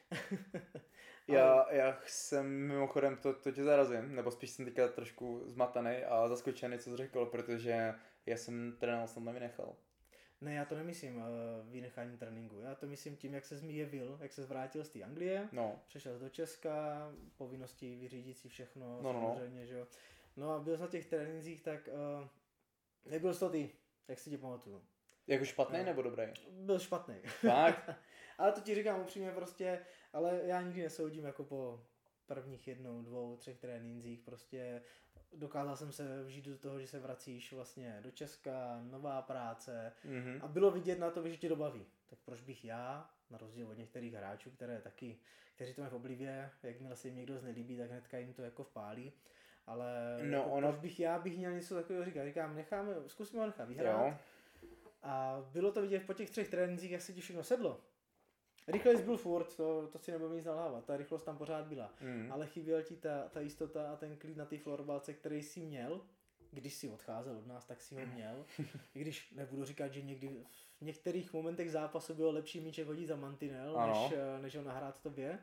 Já jsem mimochodem, to tě zarazím, nebo spíš jsem teďka trošku zmatený a zaskočený, co jsi řekl, protože já jsem trénoval snad nevynechal. Ne, já to nemyslím vynechání tréninku. Já to myslím tím, jak se mi jevil, jak se vrátil z té Anglie, přešel do Česka, povinnosti vyřídit si všechno, samozřejmě, že jo. No a byl jsem na těch trénincích, tak nebyl jsi to ty, jak si tě pamatuju. Jako špatný nebo dobrý? Byl špatný. Fakt? Ale to ti říkám upřímně prostě, ale já nikdy nesoudím jako po prvních 1, 2, 3 trénincích, prostě dokázal jsem se vžít do toho, že se vracíš vlastně do Česka, nová práce a bylo vidět na to, že tě to baví. Tak proč bych já, na rozdíl od některých hráčů, kteří to mají v oblibě, jakmile se jim někdo znelíbí, tak hnedka jim to jako vpálí. Ale proč bych měl něco takového říkat? Říkám, zkusíme ho nechat vyhrát. Jo. A bylo to vidět po těch 3 trénincích, jak se ti všechno sedlo. Rychlost byl furt, to si nebudeme nic nalhávat, ta rychlost tam pořád byla, ale chyběl ti ta jistota a ten klid na té florbalce, který jsi měl, když jsi odcházel od nás, tak si ho měl, i když nebudu říkat, že někdy v některých momentech zápasu bylo lepší míček hodit za mantinel, než ho nahrát tobě,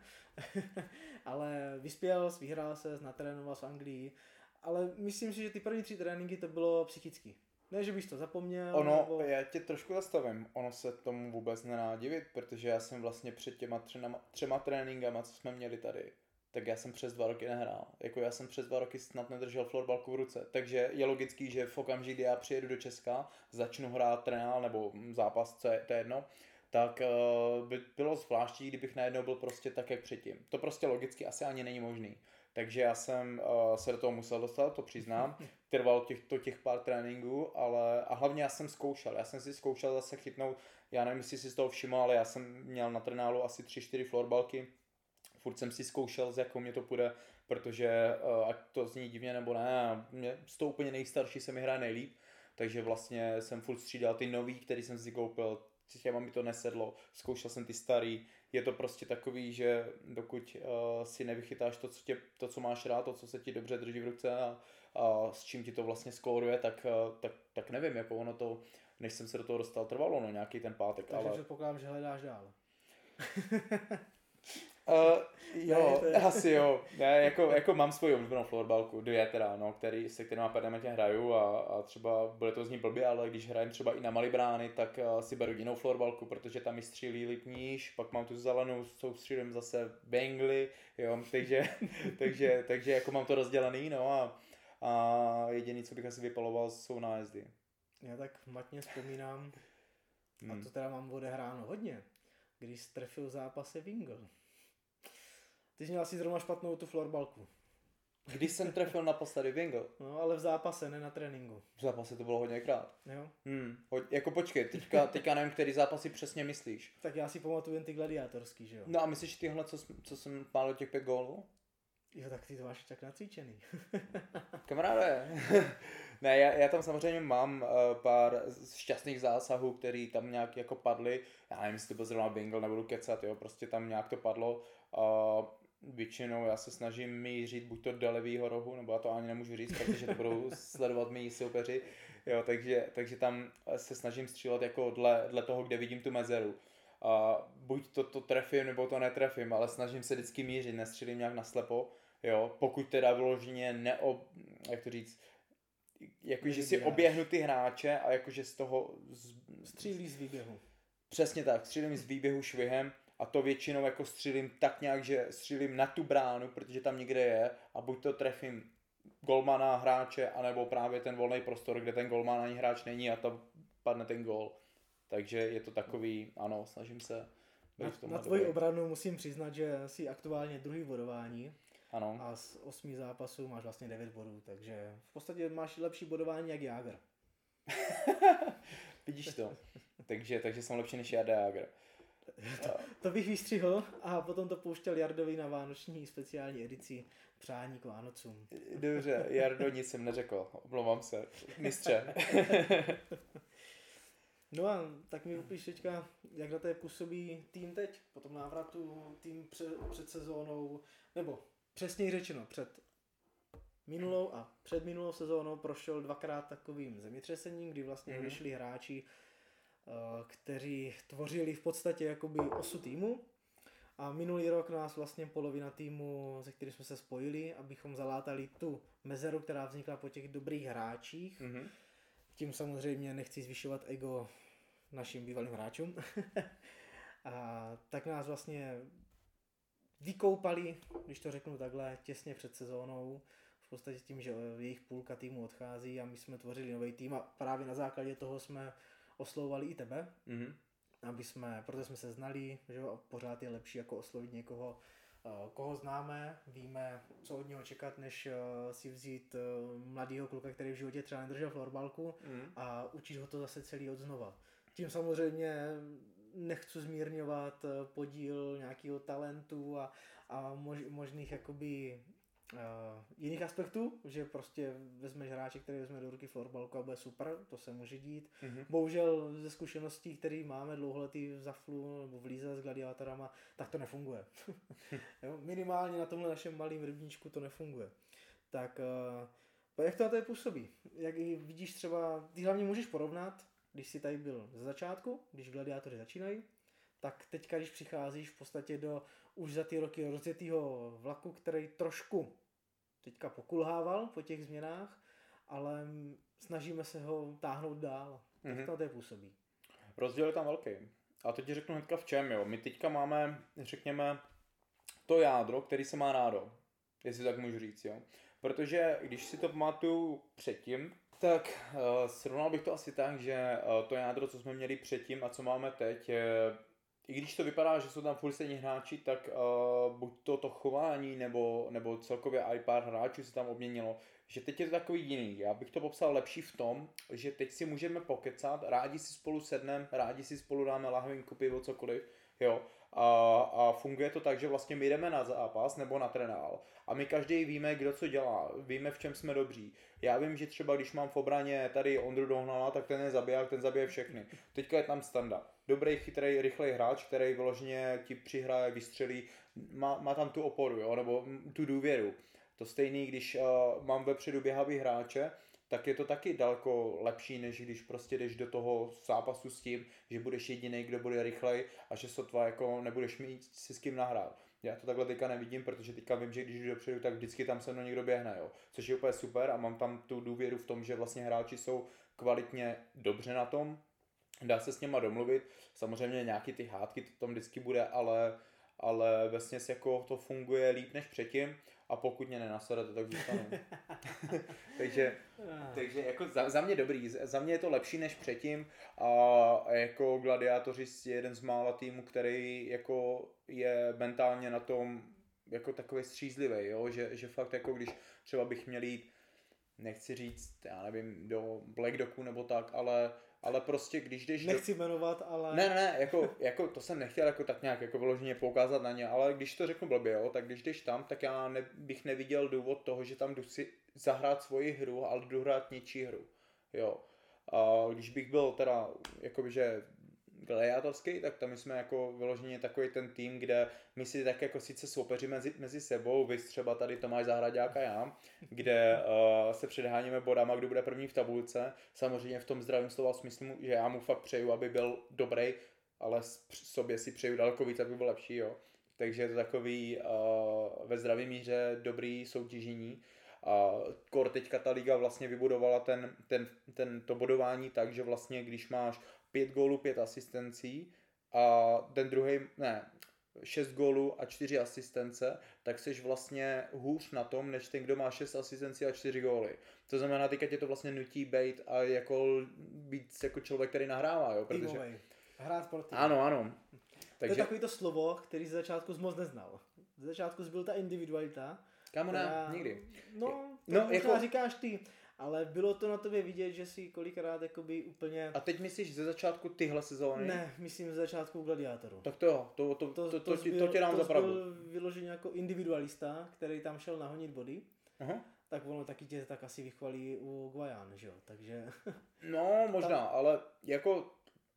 ale vyspěl, vyhrál se, natrénoval v Anglii, ale myslím si, že ty první 3 tréninky to bylo psychicky. Ne, že bys to zapomněl. Já tě trošku zastavím. Ono se tomu vůbec nedá divit, protože já jsem vlastně před těma 3 tréninkama, co jsme měli tady, tak já jsem přes 2 roky nehrál. Jako já jsem přes 2 roky snad nedržel florbalku v ruce. Takže je logický, že v okamžiku, kdy já přijedu do Česka, začnu hrát trénál nebo zápas, to je jedno, tak by bylo zvláštní, kdybych najednou byl prostě tak, jak předtím. To prostě logicky asi ani není možný. Takže já jsem se do toho musel dostat, to přiznám. Trvalo těch pár tréninků, a hlavně já jsem zkoušel. Já jsem si zkoušel zase chytnout, já nevím, jestli si z toho všiml, ale já jsem měl na trenálu asi 3-4 florbalky. Furt jsem si zkoušel, z jakou mě to půjde, protože ať to zní divně nebo ne, z toho úplně nejstarší se mi hraje nejlíp. Takže vlastně jsem furt střídal ty nový, který jsem si koupil, těma mi to nesedlo, zkoušel jsem ty starý. Je to prostě takový, že dokud si nevychytáš to, co máš rád, to, co se ti dobře drží v ruce a s čím ti to vlastně skóruje, tak nevím, jako ono to, než jsem se do toho dostal, trvalo nějaký ten pátek. Takže předpokládám, že hledáš dál. Jo, asi jo. Ne, jako mám svoji oblíbenou florbalku, 2 teda, se kterýma permanentně hraju a třeba bude to znít blbě, ale když hrajem třeba i na malý brány, tak si beru jinou florbalku, protože tam mi střílí líp níž, pak mám tu zelenou, soustřílím zase bangly, jo, takže jako mám to rozdělený, a jediný, co bych asi vypaloval, jsou nájezdy. Já tak matně vzpomínám, a to teda mám odehráno hodně, když strefil v zápase Wingle. Ty jsi měl asi zrovna špatnou tu florbalku. Když jsem trefil naposledy Wingle? No, ale v zápase, ne na tréninku. V zápase to bylo hodněkrát. Jo. Jako počkej, teďka nevím, který zápasy přesně myslíš. Tak já si pamatuju jen ty gladiátorský, že jo. No a myslíš tyhle, co jsem pálil těch 5 gólů? Jo, tak ty to máš tak nacvičený. Kamaráde. Ne, já tam samozřejmě mám pár šťastných zásahů, který tam nějak jako padly. Já nevím, jestli to byl zrovna Wingle, nebudu kecat, jo, prostě tam nějak to padlo. Většinou já se snažím mířit buď to do levýho rohu, nebo já to ani nemůžu říct, protože to budou sledovat mý soupeři, jo, takže tam se snažím střílet jako dle toho, kde vidím tu mezeru. Buď to trefím, nebo to netrefím, ale snažím se vždycky mířit, nestřílím nějak naslepo, jo, pokud teda vyloženě jak to říct, jakože si oběhnu ty hráče a jakože z toho... Střílí z výběhu. Přesně tak, střílím z výběhu švihem a to většinou jako střílím tak nějak, že střílím na tu bránu, protože tam někde je a buď to trefím golmana, hráče, anebo právě ten volný prostor, kde ten golman ani hráč není a tam padne ten gól. Takže je to takový, ano, snažím se být v tom. Na tvoji obranu musím přiznat, že jsi aktuálně druhý bodování. Ano. A z 8 zápasů máš vlastně 9 bodů, takže v podstatě máš lepší bodování jak Jágr. Vidíš to. Takže jsem lepší než Jarda Jágr. To bych vystřihl a potom to pouštěl Jardovi na vánoční speciální edici přání k Vánocům. Dobře, Jardo, nic jsem neřekl, omlouvám se. Mistře. No a tak mi popiš teďka, jak na té působí tým teď, po tom návratu, tým před sezónou, nebo přesněji řečeno, před minulou a předminulou sezónou prošel dvakrát takovým zemětřesením, kdy vlastně vyšli hráči, kteří tvořili v podstatě jakoby osu týmu. A minulý rok nás vlastně polovina týmu, se kterým jsme se spojili, abychom zalátali tu mezeru, která vznikla po těch dobrých hráčích. Tím samozřejmě nechci zvyšovat ego našim bývalým hráčům. A tak nás vlastně vykoupali, když to řeknu takhle, těsně před sezónou. V podstatě tím, že jejich půlka týmu odchází a my jsme tvořili nový tým a právě na základě toho jsme oslovovali i tebe. Protože jsme se znali, že jo, a pořád je lepší jako oslovit někoho, koho známe, víme, co od něho čekat, než si vzít mladýho kluka, který v životě třeba nedržel florbalku a učit ho to zase celý od znova. Tím samozřejmě nechci zmírňovat podíl nějakého talentu a možných jakoby jiných aspektů, že prostě vezmeš hráče, který vezme do ruky florbalku a bude super, to se může dít. Bohužel ze zkušeností, které máme dlouholetý v Zaflu nebo v Líze s gladiátorama, tak to nefunguje. Jo? Minimálně na tomhle našem malém rybníčku to nefunguje. Tak jak to na to působí? Jak vidíš třeba, ty hlavně můžeš porovnat, když jsi tady byl ze začátku, když gladiátoři začínají, tak teďka, když přicházíš v podstatě do už za ty roky rozjetýho vlaku, který trošku teďka pokulhával po těch změnách, ale snažíme se ho táhnout dál. Jak to působí? Rozdíl je tam velký. A to ti řeknu hnedka v čem, jo. My teďka máme, řekněme, to jádro, který se má rádo. Jestli tak můžu říct, jo. Protože když si to pamatuju předtím, tak srovnal bych to asi tak, že to jádro, co jsme měli předtím a co máme teď, i když to vypadá, že jsou tam furt stejní hráči, tak buď to chování nebo celkově i pár hráčů se tam obměnilo, že teď je to takový jiný. Já bych to popsal lepší v tom, že teď si můžeme pokecat, rádi si spolu sedneme, rádi si spolu dáme lahvinku, pivo, cokoliv, jo. A funguje to tak, že vlastně my jdeme na zápas nebo na trénál a my každý víme, kdo co dělá, víme, v čem jsme dobří. Já vím, že třeba když mám v obraně tady Ondru Dohnala, tak ten je zabiják, ten zabije všechny. Teďka je tam Standa. Dobrý, chytrý, rychlej hráč, který vyloženě ti přihraje, vystřelí, má tam tu oporu, jo, nebo tu důvěru. To stejný, když mám vepředu běhavý hráče, tak je to taky daleko lepší, než když prostě jdeš do toho zápasu s tím, že budeš jediný, kdo bude rychlej a že sotva jako nebudeš mít si s kým nahrát. Já to takhle teďka nevidím, protože teďka vím, že když jdu dopředu, tak vždycky tam se mnou někdo běhne, jo. Což je úplně super a mám tam tu důvěru v tom, že vlastně hráči jsou kvalitně dobře na tom, dá se s něma domluvit. Samozřejmě nějaký ty hádky to tam vždycky bude, ale vesměs jako to funguje líp než předtím a pokud mě nenasadete, tak zůstanu. takže jako za mě dobrý, za mě je to lepší než předtím a jako gladiátoři je jeden z mála týmů, který jako je mentálně na tom jako takový střízlivý, jo? Že fakt jako když třeba bych měl jít, nechci říct, já nevím, do Black Dogu nebo tak, ale prostě když jdeš nechci jmenovat, ale... Ne, jako to jsem nechtěl jako tak nějak jako vyloženě poukázat na ně, ale když to řeknu blbě, jo, tak když jdeš tam, tak já bych neviděl důvod toho, že tam jdu si zahrát svoji hru, ale jdu hrát něčí hru, jo. A když bych byl teda, jakoby, že gladiátorský, tak tam jsme jako vyloženě takový ten tým, kde my si tak jako sice soupeři mezi sebou, vy třeba tady Tomáš Zahradák a já, kde se předháníme bodama, kdo bude první v tabulce, samozřejmě v tom zdravém slova smyslu, že já mu fakt přeju, aby byl dobrý, ale sobě si přeju daleko víc, aby byl lepší, jo. Takže je to takový ve zdravý míře dobrý soutěžení. Kor teďka ta liga vlastně vybudovala to bodování tak, že vlastně když máš 5 gólů, 5 asistencí a ten druhý, 6 gólů a 4 asistence, tak jsi vlastně hůř na tom, než ten, kdo má 6 asistencí a 4 góly. To znamená, teďka tě to vlastně nutí být a jako být jako člověk, který nahrává, jo, protože... Týmovej. Hrát sportovně. Ano. Takže... To je takový to slovo, který z začátku jsi moc neznal. Z začátku byl ta individualita. Kámo, ne, nikdy. No možná jako... říkáš ty, ale bylo to na tobě vidět, že si kolikrát jakoby úplně... A teď myslíš ze začátku tyhle sezóny? Ne, myslím ze začátku Gladiátoru. Tak to jo, to tě dám za pravdu. To byl vyloženě jako individualista, který tam šel nahonit body. Aha. Tak ono taky tě tak asi vychvalí u Guayan, že jo, takže... No, možná, ale jako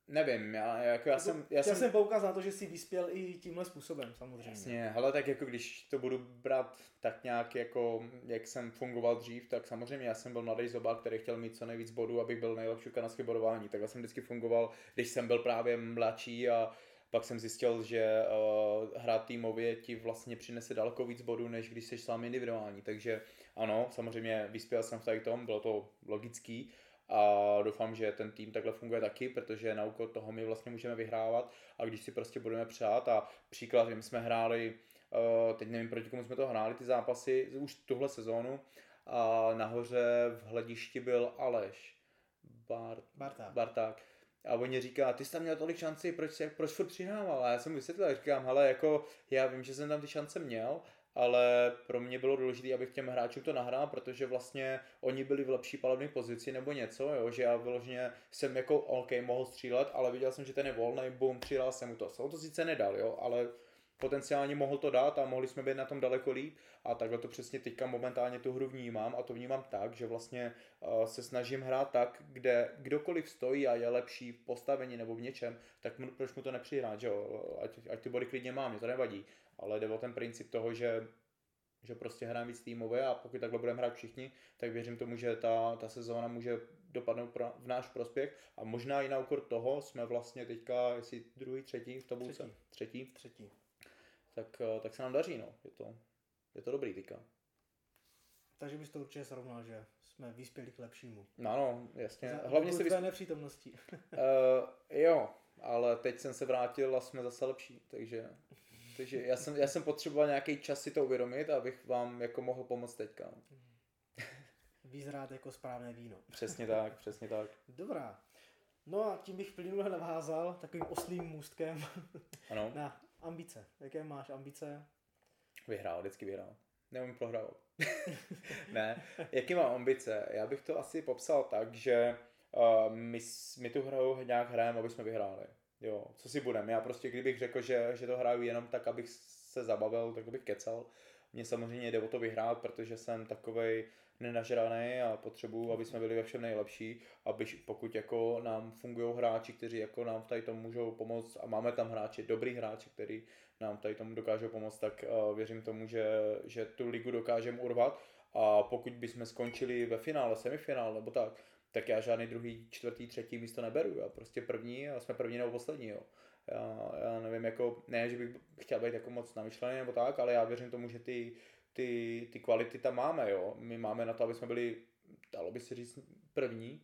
nevím, já jsem poukázat na to, že jsi vyspěl i tímhle způsobem, samozřejmě. Jasně, hele, tak jako když to budu brát tak nějak jako, jak jsem fungoval dřív, tak samozřejmě já jsem byl mladý zobák, který chtěl mít co nejvíc bodů, abych byl nejlepší v kanadském bodování, tak já jsem vždycky fungoval, když jsem byl právě mladší a pak jsem zjistil, že hrát týmově ti vlastně přinese daleko víc bodů, než když jsi sám individuální, takže ano, samozřejmě vyspěl jsem v tady tom, bylo to logický, a doufám, že ten tým takhle funguje taky, protože na úkor toho my vlastně můžeme vyhrávat a když si prostě budeme přát a příklad, my jsme hráli, teď nevím proti komu jsme to hráli, ty zápasy už tuhle sezónu a nahoře v hledišti byl Aleš Barták. A oni říká, ty jsi tam měl tolik šancí, proč furt přihrával? A já jsem mu vysvětlil, říkám, hele, jako já vím, že jsem tam ty šance měl, ale pro mě bylo důležité, abych těm hráčům to nahrál, protože vlastně oni byli v lepší palebné pozici nebo něco, jo, že já vyloženě jsem jako OK, mohl střílet, ale viděl jsem, že ten je volný, bum, přidal jsem mu to. Jsou to sice nedal, jo, ale potenciálně mohl to dát a mohli jsme být na tom daleko líp a takhle to přesně teďka momentálně tu hru vnímám a to vnímám tak, že vlastně se snažím hrát tak, kde kdokoliv stojí a je lepší v postavení nebo v něčem, tak proč mu to nepřihrát, že jo, ať ty body klidně mám, mě to nevadí, ale jde o ten princip toho, že prostě hrajeme víc týmově a pokud takhle budeme hrát všichni, tak věřím tomu, že ta sezóna může dopadnout v náš prospěch a možná i na úkor toho jsme vlastně teďka, jestli druhý, třetí v tabulce, třetí. Tak se nám daří, no. Je to dobrý teďka. Takže bys to určitě srovnal, že jsme vyspěli k lepšímu. No, jasně. Hlavně si tvé nepřítomnosti. Jo, ale teď jsem se vrátil a jsme zase lepší, takže já jsem potřeboval nějaký čas si to uvědomit, abych vám jako mohl pomoct teďka. Vyzrát jako správné víno. Přesně tak. Dobrá. No a tím bych plynule navázal takovým oslým můstkem ano. Na ambice. Jaké máš ambice? Vždycky vyhrál. Neumím prohrávat. Ne, jaký mám ambice? Já bych to asi popsal tak, že my tu hru nějak hrajeme, aby jsme vyhráli. Jo, co si budeme? Já prostě, kdybych řekl, že to hraju jenom tak, abych se zabavil, tak bych kecal. Mně samozřejmě jde o to vyhrát, protože jsem takovej nenažraný a potřebuju, aby jsme byli ve všem nejlepší, aby pokud jako nám fungují hráči, kteří jako nám tady tomu můžou pomoct a máme tam dobrý hráči, kteří nám tady tomu dokážou pomoct, tak věřím tomu, že tu ligu dokážeme urvat a pokud bychom skončili ve finále, semifinále nebo tak já žádný druhý, čtvrtý, třetí místo neberu, já prostě první a jsme první nebo poslední, jo. Já nevím, jako, ne, že bych chtěl být jako moc namyšlený nebo tak, ale já věřím tomu, že ty kvality tam máme, jo. My máme na to, aby jsme byli, dalo by se říct, první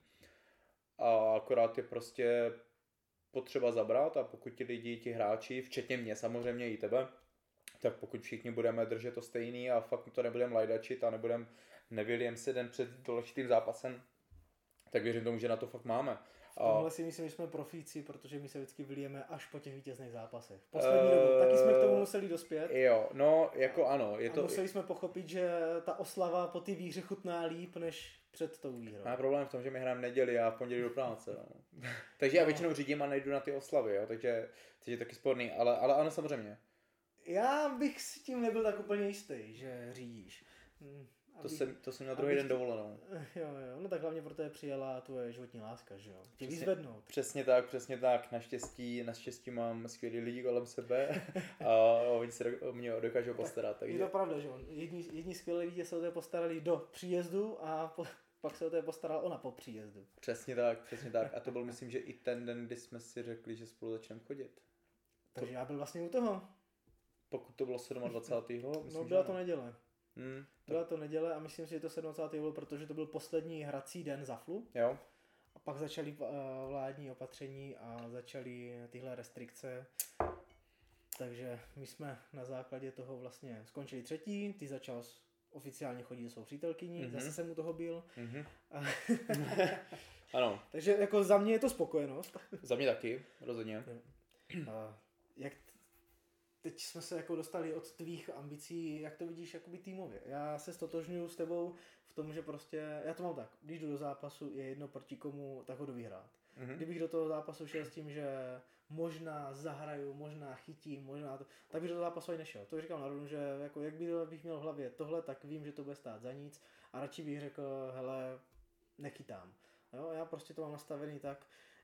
a akorát je prostě potřeba zabrat a pokud ti lidi, ti hráči, včetně mě samozřejmě i tebe, tak pokud všichni budeme držet to stejný a fakt to nebudeme lajdačit a nevylijeme se den před důležitým zápasem, tak věřím tomu, že na to fakt máme. V tomhle si myslím, že jsme profíci, protože my se vždycky vylijeme až po těch vítězných zápasech. Poslední dobou, taky jsme k tomu museli dospět. Jo, no, jako ano. Museli jsme pochopit, že ta oslava po té výhře chutná líp, než před tou výhrou. Má problém v tom, že my hrajeme neděli a v pondělí do práce. No. Takže já většinou řídím a nejdu na ty oslavy, jo, takže je taky sporný, ale ano, samozřejmě. Já bych si tím nebyl tak úplně jistý, že řídíš. To jsem měl druhý den dovolenou. Jo, no tak hlavně proto je přijela tvoje životní láska, že jo? Tě vyzvednout. Přesně tak. Naštěstí mám skvělý lidi kolem sebe a oni se mě dokážou postarat. Takže... Je to pravda, že on. Jedni skvělí lidi se o to postarali do příjezdu a pak se o to postarala ona po příjezdu. Přesně tak. A to byl, myslím, že i ten den, kdy jsme si řekli, že spolu začneme chodit. Takže já byl vlastně u toho. Pokud to bylo 27. Myslím, no byla to neděle. Byla to neděle a myslím si, že to 27. bylo, protože to byl poslední hrací den Zaflu. Jo. A pak začaly vládní opatření a začaly tyhle restrikce. Takže my jsme na základě toho vlastně skončili třetí, ty začal oficiálně chodit se svou přítelkyní, zase jsem u toho byl. Ano. Takže jako za mě je to spokojenost. Za mě taky, rozhodně. Jak teď jsme se jako dostali od tvých ambicí, jak to vidíš jakoby týmově. Já se stotožňuju s tebou v tom, že prostě, já to mám tak, když jdu do zápasu, je jedno proti komu, tak ho jdu vyhrát. Kdybych do toho zápasu šel s tím, že možná zahraju, možná chytím, možná to, tak bych do toho zápasu ani nešel. To říkám na rovinu, že jako jak bych měl v hlavě tohle, tak vím, že to bude stát za nic a radši bych řekl, hele, nechytám. Jo, já prostě to mám nastavený tak,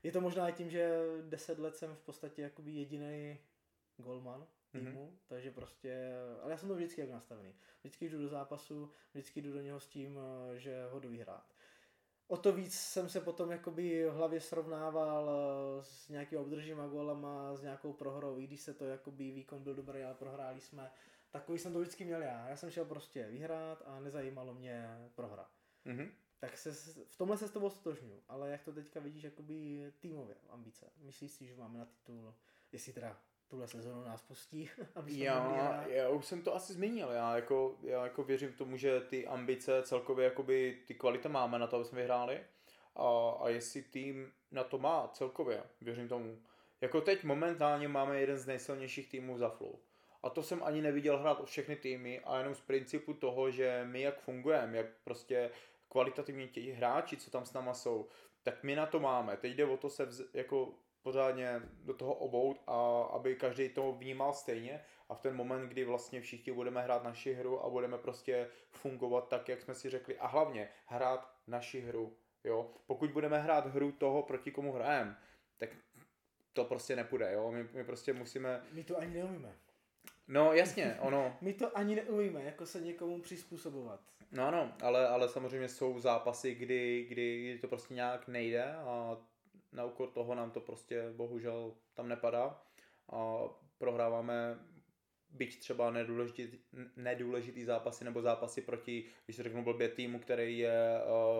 Je to možná i tím, že 10 let jsem v podstatě jakoby jediný golman týmu, takže prostě, ale já jsem to vždycky jak nastavený. Vždycky jdu do zápasu, vždycky jdu do něho s tím, že ho jdu vyhrát. O to víc jsem se potom jakoby v hlavě srovnával s nějakými obdržíma gólama, s nějakou prohrou, i když se to jakoby výkon byl dobrý, ale prohráli jsme. Takový jsem to vždycky měl já. Já jsem šel prostě vyhrát a nezajímalo mě prohra. Tak v tomhle se s tobou stotožňuji, ale jak to teďka vidíš jakoby týmově ambice? Myslíš si, že máme na titul, jestli teda tuhle sezonu nás pustí? Já už jsem to asi zmínil, já jako věřím tomu, že ty ambice celkově jakoby ty kvalita máme na to, aby jsme vyhráli a jestli tým na to má celkově, věřím tomu. Jako teď momentálně máme jeden z nejsilnějších týmů za Flow. A to jsem ani neviděl hrát o všechny týmy a jenom z principu toho, že my jak fungujeme, jak prostě kvalitativně ti hráči, co tam s náma jsou, tak my na to máme. Teď jde o to se jako pořádně do toho obout a aby každý to vnímal stejně a v ten moment, kdy vlastně všichni budeme hrát naši hru a budeme prostě fungovat tak, jak jsme si řekli a hlavně hrát naši hru, jo. Pokud budeme hrát hru toho, proti komu hrajeme, tak to prostě nepůjde, jo. My prostě musíme... My to ani neumíme. No jasně, ono... My to ani neumíme, jako se někomu přizpůsobovat. No ano, ale samozřejmě jsou zápasy, kdy to prostě nějak nejde a na úkor toho nám to prostě bohužel tam nepadá a prohráváme byť třeba nedůležitý zápasy nebo zápasy proti, když se řeknu blbě, týmu, který je,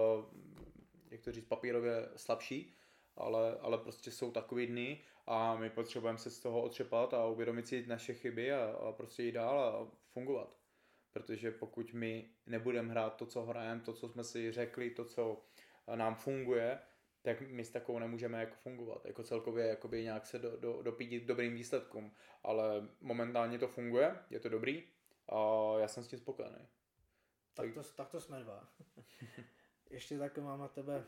jak to říct, papírově slabší, ale prostě jsou takový dny a my potřebujeme se z toho otřepat a uvědomit si naše chyby a prostě jít dál a fungovat. Protože pokud my nebudeme hrát to, co hrajeme, to, co jsme si řekli, to, co nám funguje, tak my s takovou nemůžeme jako fungovat. Jako celkově jakoby nějak se dopídit dobrým výsledkům. Ale momentálně to funguje, je to dobrý a já jsem s tím spokojený. Tak to jsme dva. Ještě tak mám na tebe,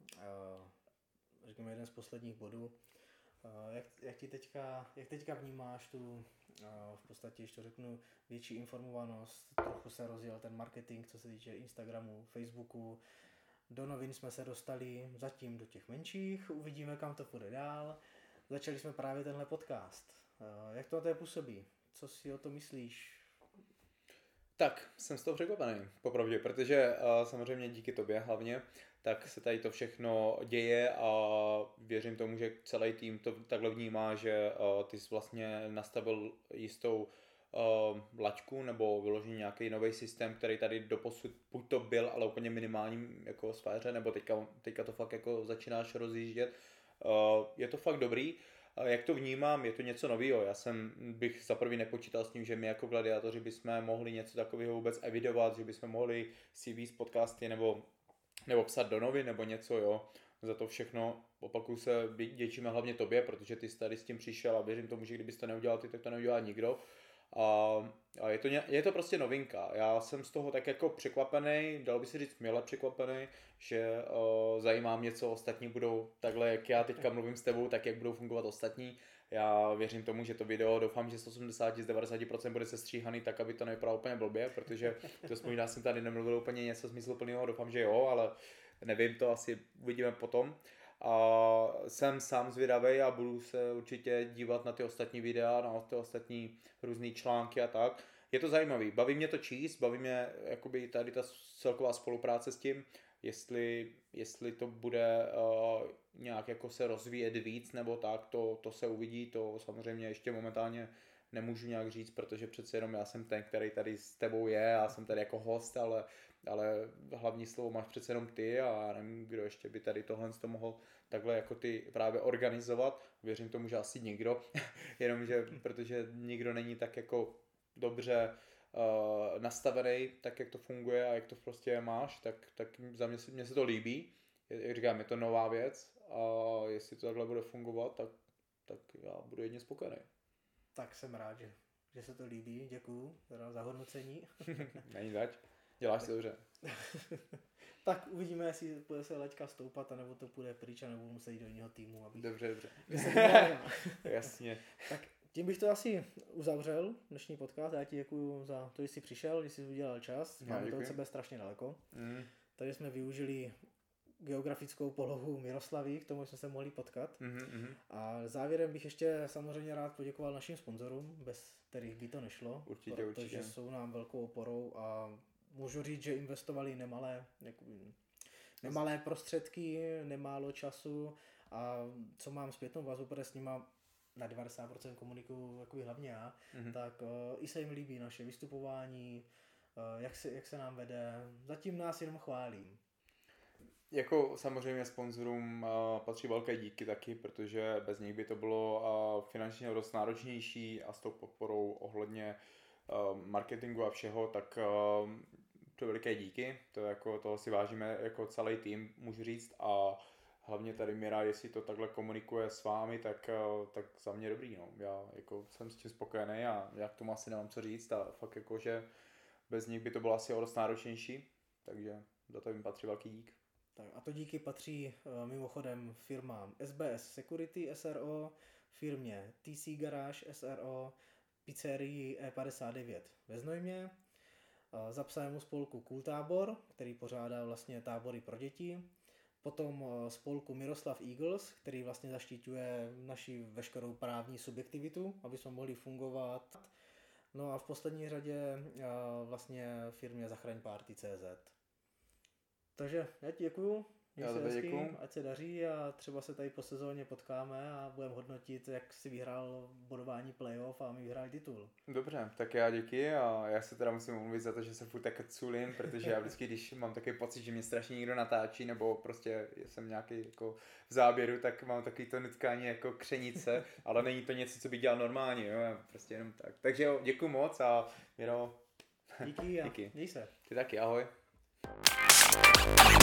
řekněme, jeden z posledních bodů. Jak teďka vnímáš tu, v podstatě, když to řeknu, větší informovanost, trochu se rozjel ten marketing, co se týče Instagramu, Facebooku, do novin jsme se dostali zatím do těch menších, uvidíme, kam to půjde dál. Začali jsme právě tenhle podcast. Jak to na tebe působí? Co si o to myslíš? Tak, jsem z toho překvapený, popravdě, protože samozřejmě díky tobě hlavně, tak se tady to všechno děje a věřím tomu, že celý tým to takhle vnímá, že ty jsi vlastně nastavil jistou laťku nebo vyložený nějaký nový systém, který tady doposud buď to byl, ale úplně minimálním jako sféře, nebo teďka to fakt jako začínáš rozjíždět. Je to fakt dobrý. Jak to vnímám, je to něco nového. Já bych za prvý nepočítal s tím, že my jako gladiátoři bychom mohli něco takového vůbec evidovat, že bychom mohli si víc podcasty nebo psat do novin nebo něco, jo. Za to všechno, opakuju se, děčíme hlavně tobě, protože ty jsi tady s tím přišel a věřím tomu, že kdybyste to neudělal ty, tak to neudělá nikdo. A je to prostě novinka. Já jsem z toho tak jako překvapený, dalo by se říct milé překvapený, že zajímá mě, co ostatní budou takhle, jak já teďka mluvím s tebou, tak jak budou fungovat ostatní. Já věřím tomu, že to video, doufám, že z 80-90% bude sestříhaný tak, aby to nevypadalo úplně blbě, protože to možná jsem tady nemluvil úplně něco smysluplného, doufám, že jo, ale nevím, to asi uvidíme potom. A jsem sám zvědavý a budu se určitě dívat na ty ostatní videa, na ty ostatní různé články a tak. Je to zajímavý, baví mě to číst, baví mě jakoby tady ta celková spolupráce s tím, jestli to bude nějak jako se rozvíjet víc nebo tak, to se uvidí, to samozřejmě ještě momentálně nemůžu nějak říct, protože přece jenom já jsem ten, který tady s tebou je, já jsem tady jako host, ale hlavní slovo máš přece jenom ty a já nevím, kdo ještě by tady tohle to mohl takhle jako ty právě organizovat. Věřím tomu, že asi nikdo, jenomže protože nikdo není tak jako dobře nastavený, tak jak to funguje a jak to prostě máš, tak za mě se to líbí. Jak říkám, je to nová věc a jestli to takhle bude fungovat, tak já budu jedně spokojený. Tak jsem rád, že se to líbí, děkuju za hodnocení. Není zač, děláš si dobře. Tak uvidíme, jestli bude se laťka stoupat, anebo to půjde pryč, a nebo muset jít do jiného týmu. Dobře. Jasně. Tak tím bych to asi uzavřel, dnešní podcast. Já ti děkuju za to, že jsi přišel, že jsi udělal čas. Máme to od sebe strašně daleko. Takže jsme využili geografickou polohu Miroslaví, k tomu jsme se mohli potkat. A závěrem bych ještě samozřejmě rád poděkoval našim sponzorům, bez kterých by to nešlo. Protože jsou nám velkou oporou a můžu říct, že investovali nemalé prostředky, nemálo času a co mám zpětnou vazbu, protože s nima na 90% komunikuju jako hlavně já, tak i se jim líbí naše vystupování, jak se nám vede. Zatím nás jenom chválí. Jako samozřejmě sponzorům patří velké díky taky, protože bez nich by to bylo finančně dost náročnější a s tou podporou ohledně marketingu a všeho, tak to veliké díky. To jako toho si vážíme jako celý tým, můžu říct, a hlavně tady Mira, jestli to takhle komunikuje s vámi, tak za mě dobrý, no. Já jako jsem s tím spokojený a já k tomu asi nemám co říct a fakt jako, že bez nich by to bylo asi o dost náročnější, takže za to jim patří velký dík. Tak a to díky patří mimochodem firmám SBS Security SRO, firmě TC Garage SRO, pizzerii E59 ve Znojmě, zapsanému spolku Kultábor, který pořádá vlastně tábory pro děti, potom spolku Miroslav Eagles, který vlastně zaštiťuje naši veškerou právní subjektivitu, aby jsme mohli fungovat. No a v poslední řadě vlastně firmě Zachraňparty.cz. Takže já ti děkuju, měj se hezky, ať se daří a třeba se tady po sezóně potkáme a budeme hodnotit, jak si vyhrál bodování playoff a my vyhráli titul. Dobře, tak já díky a já se teda musím omluvit za to, že se furt tak culím, protože já vždycky, když mám takový pocit, že mě strašně někdo natáčí nebo prostě jsem nějaký jako v záběru, tak mám takový to nutkání jako křenice, ale není to něco, co bych dělal normálně, jo, prostě jenom tak. Takže jo, děkuju moc a Miro, díky a měj se. Ty taky, ahoj.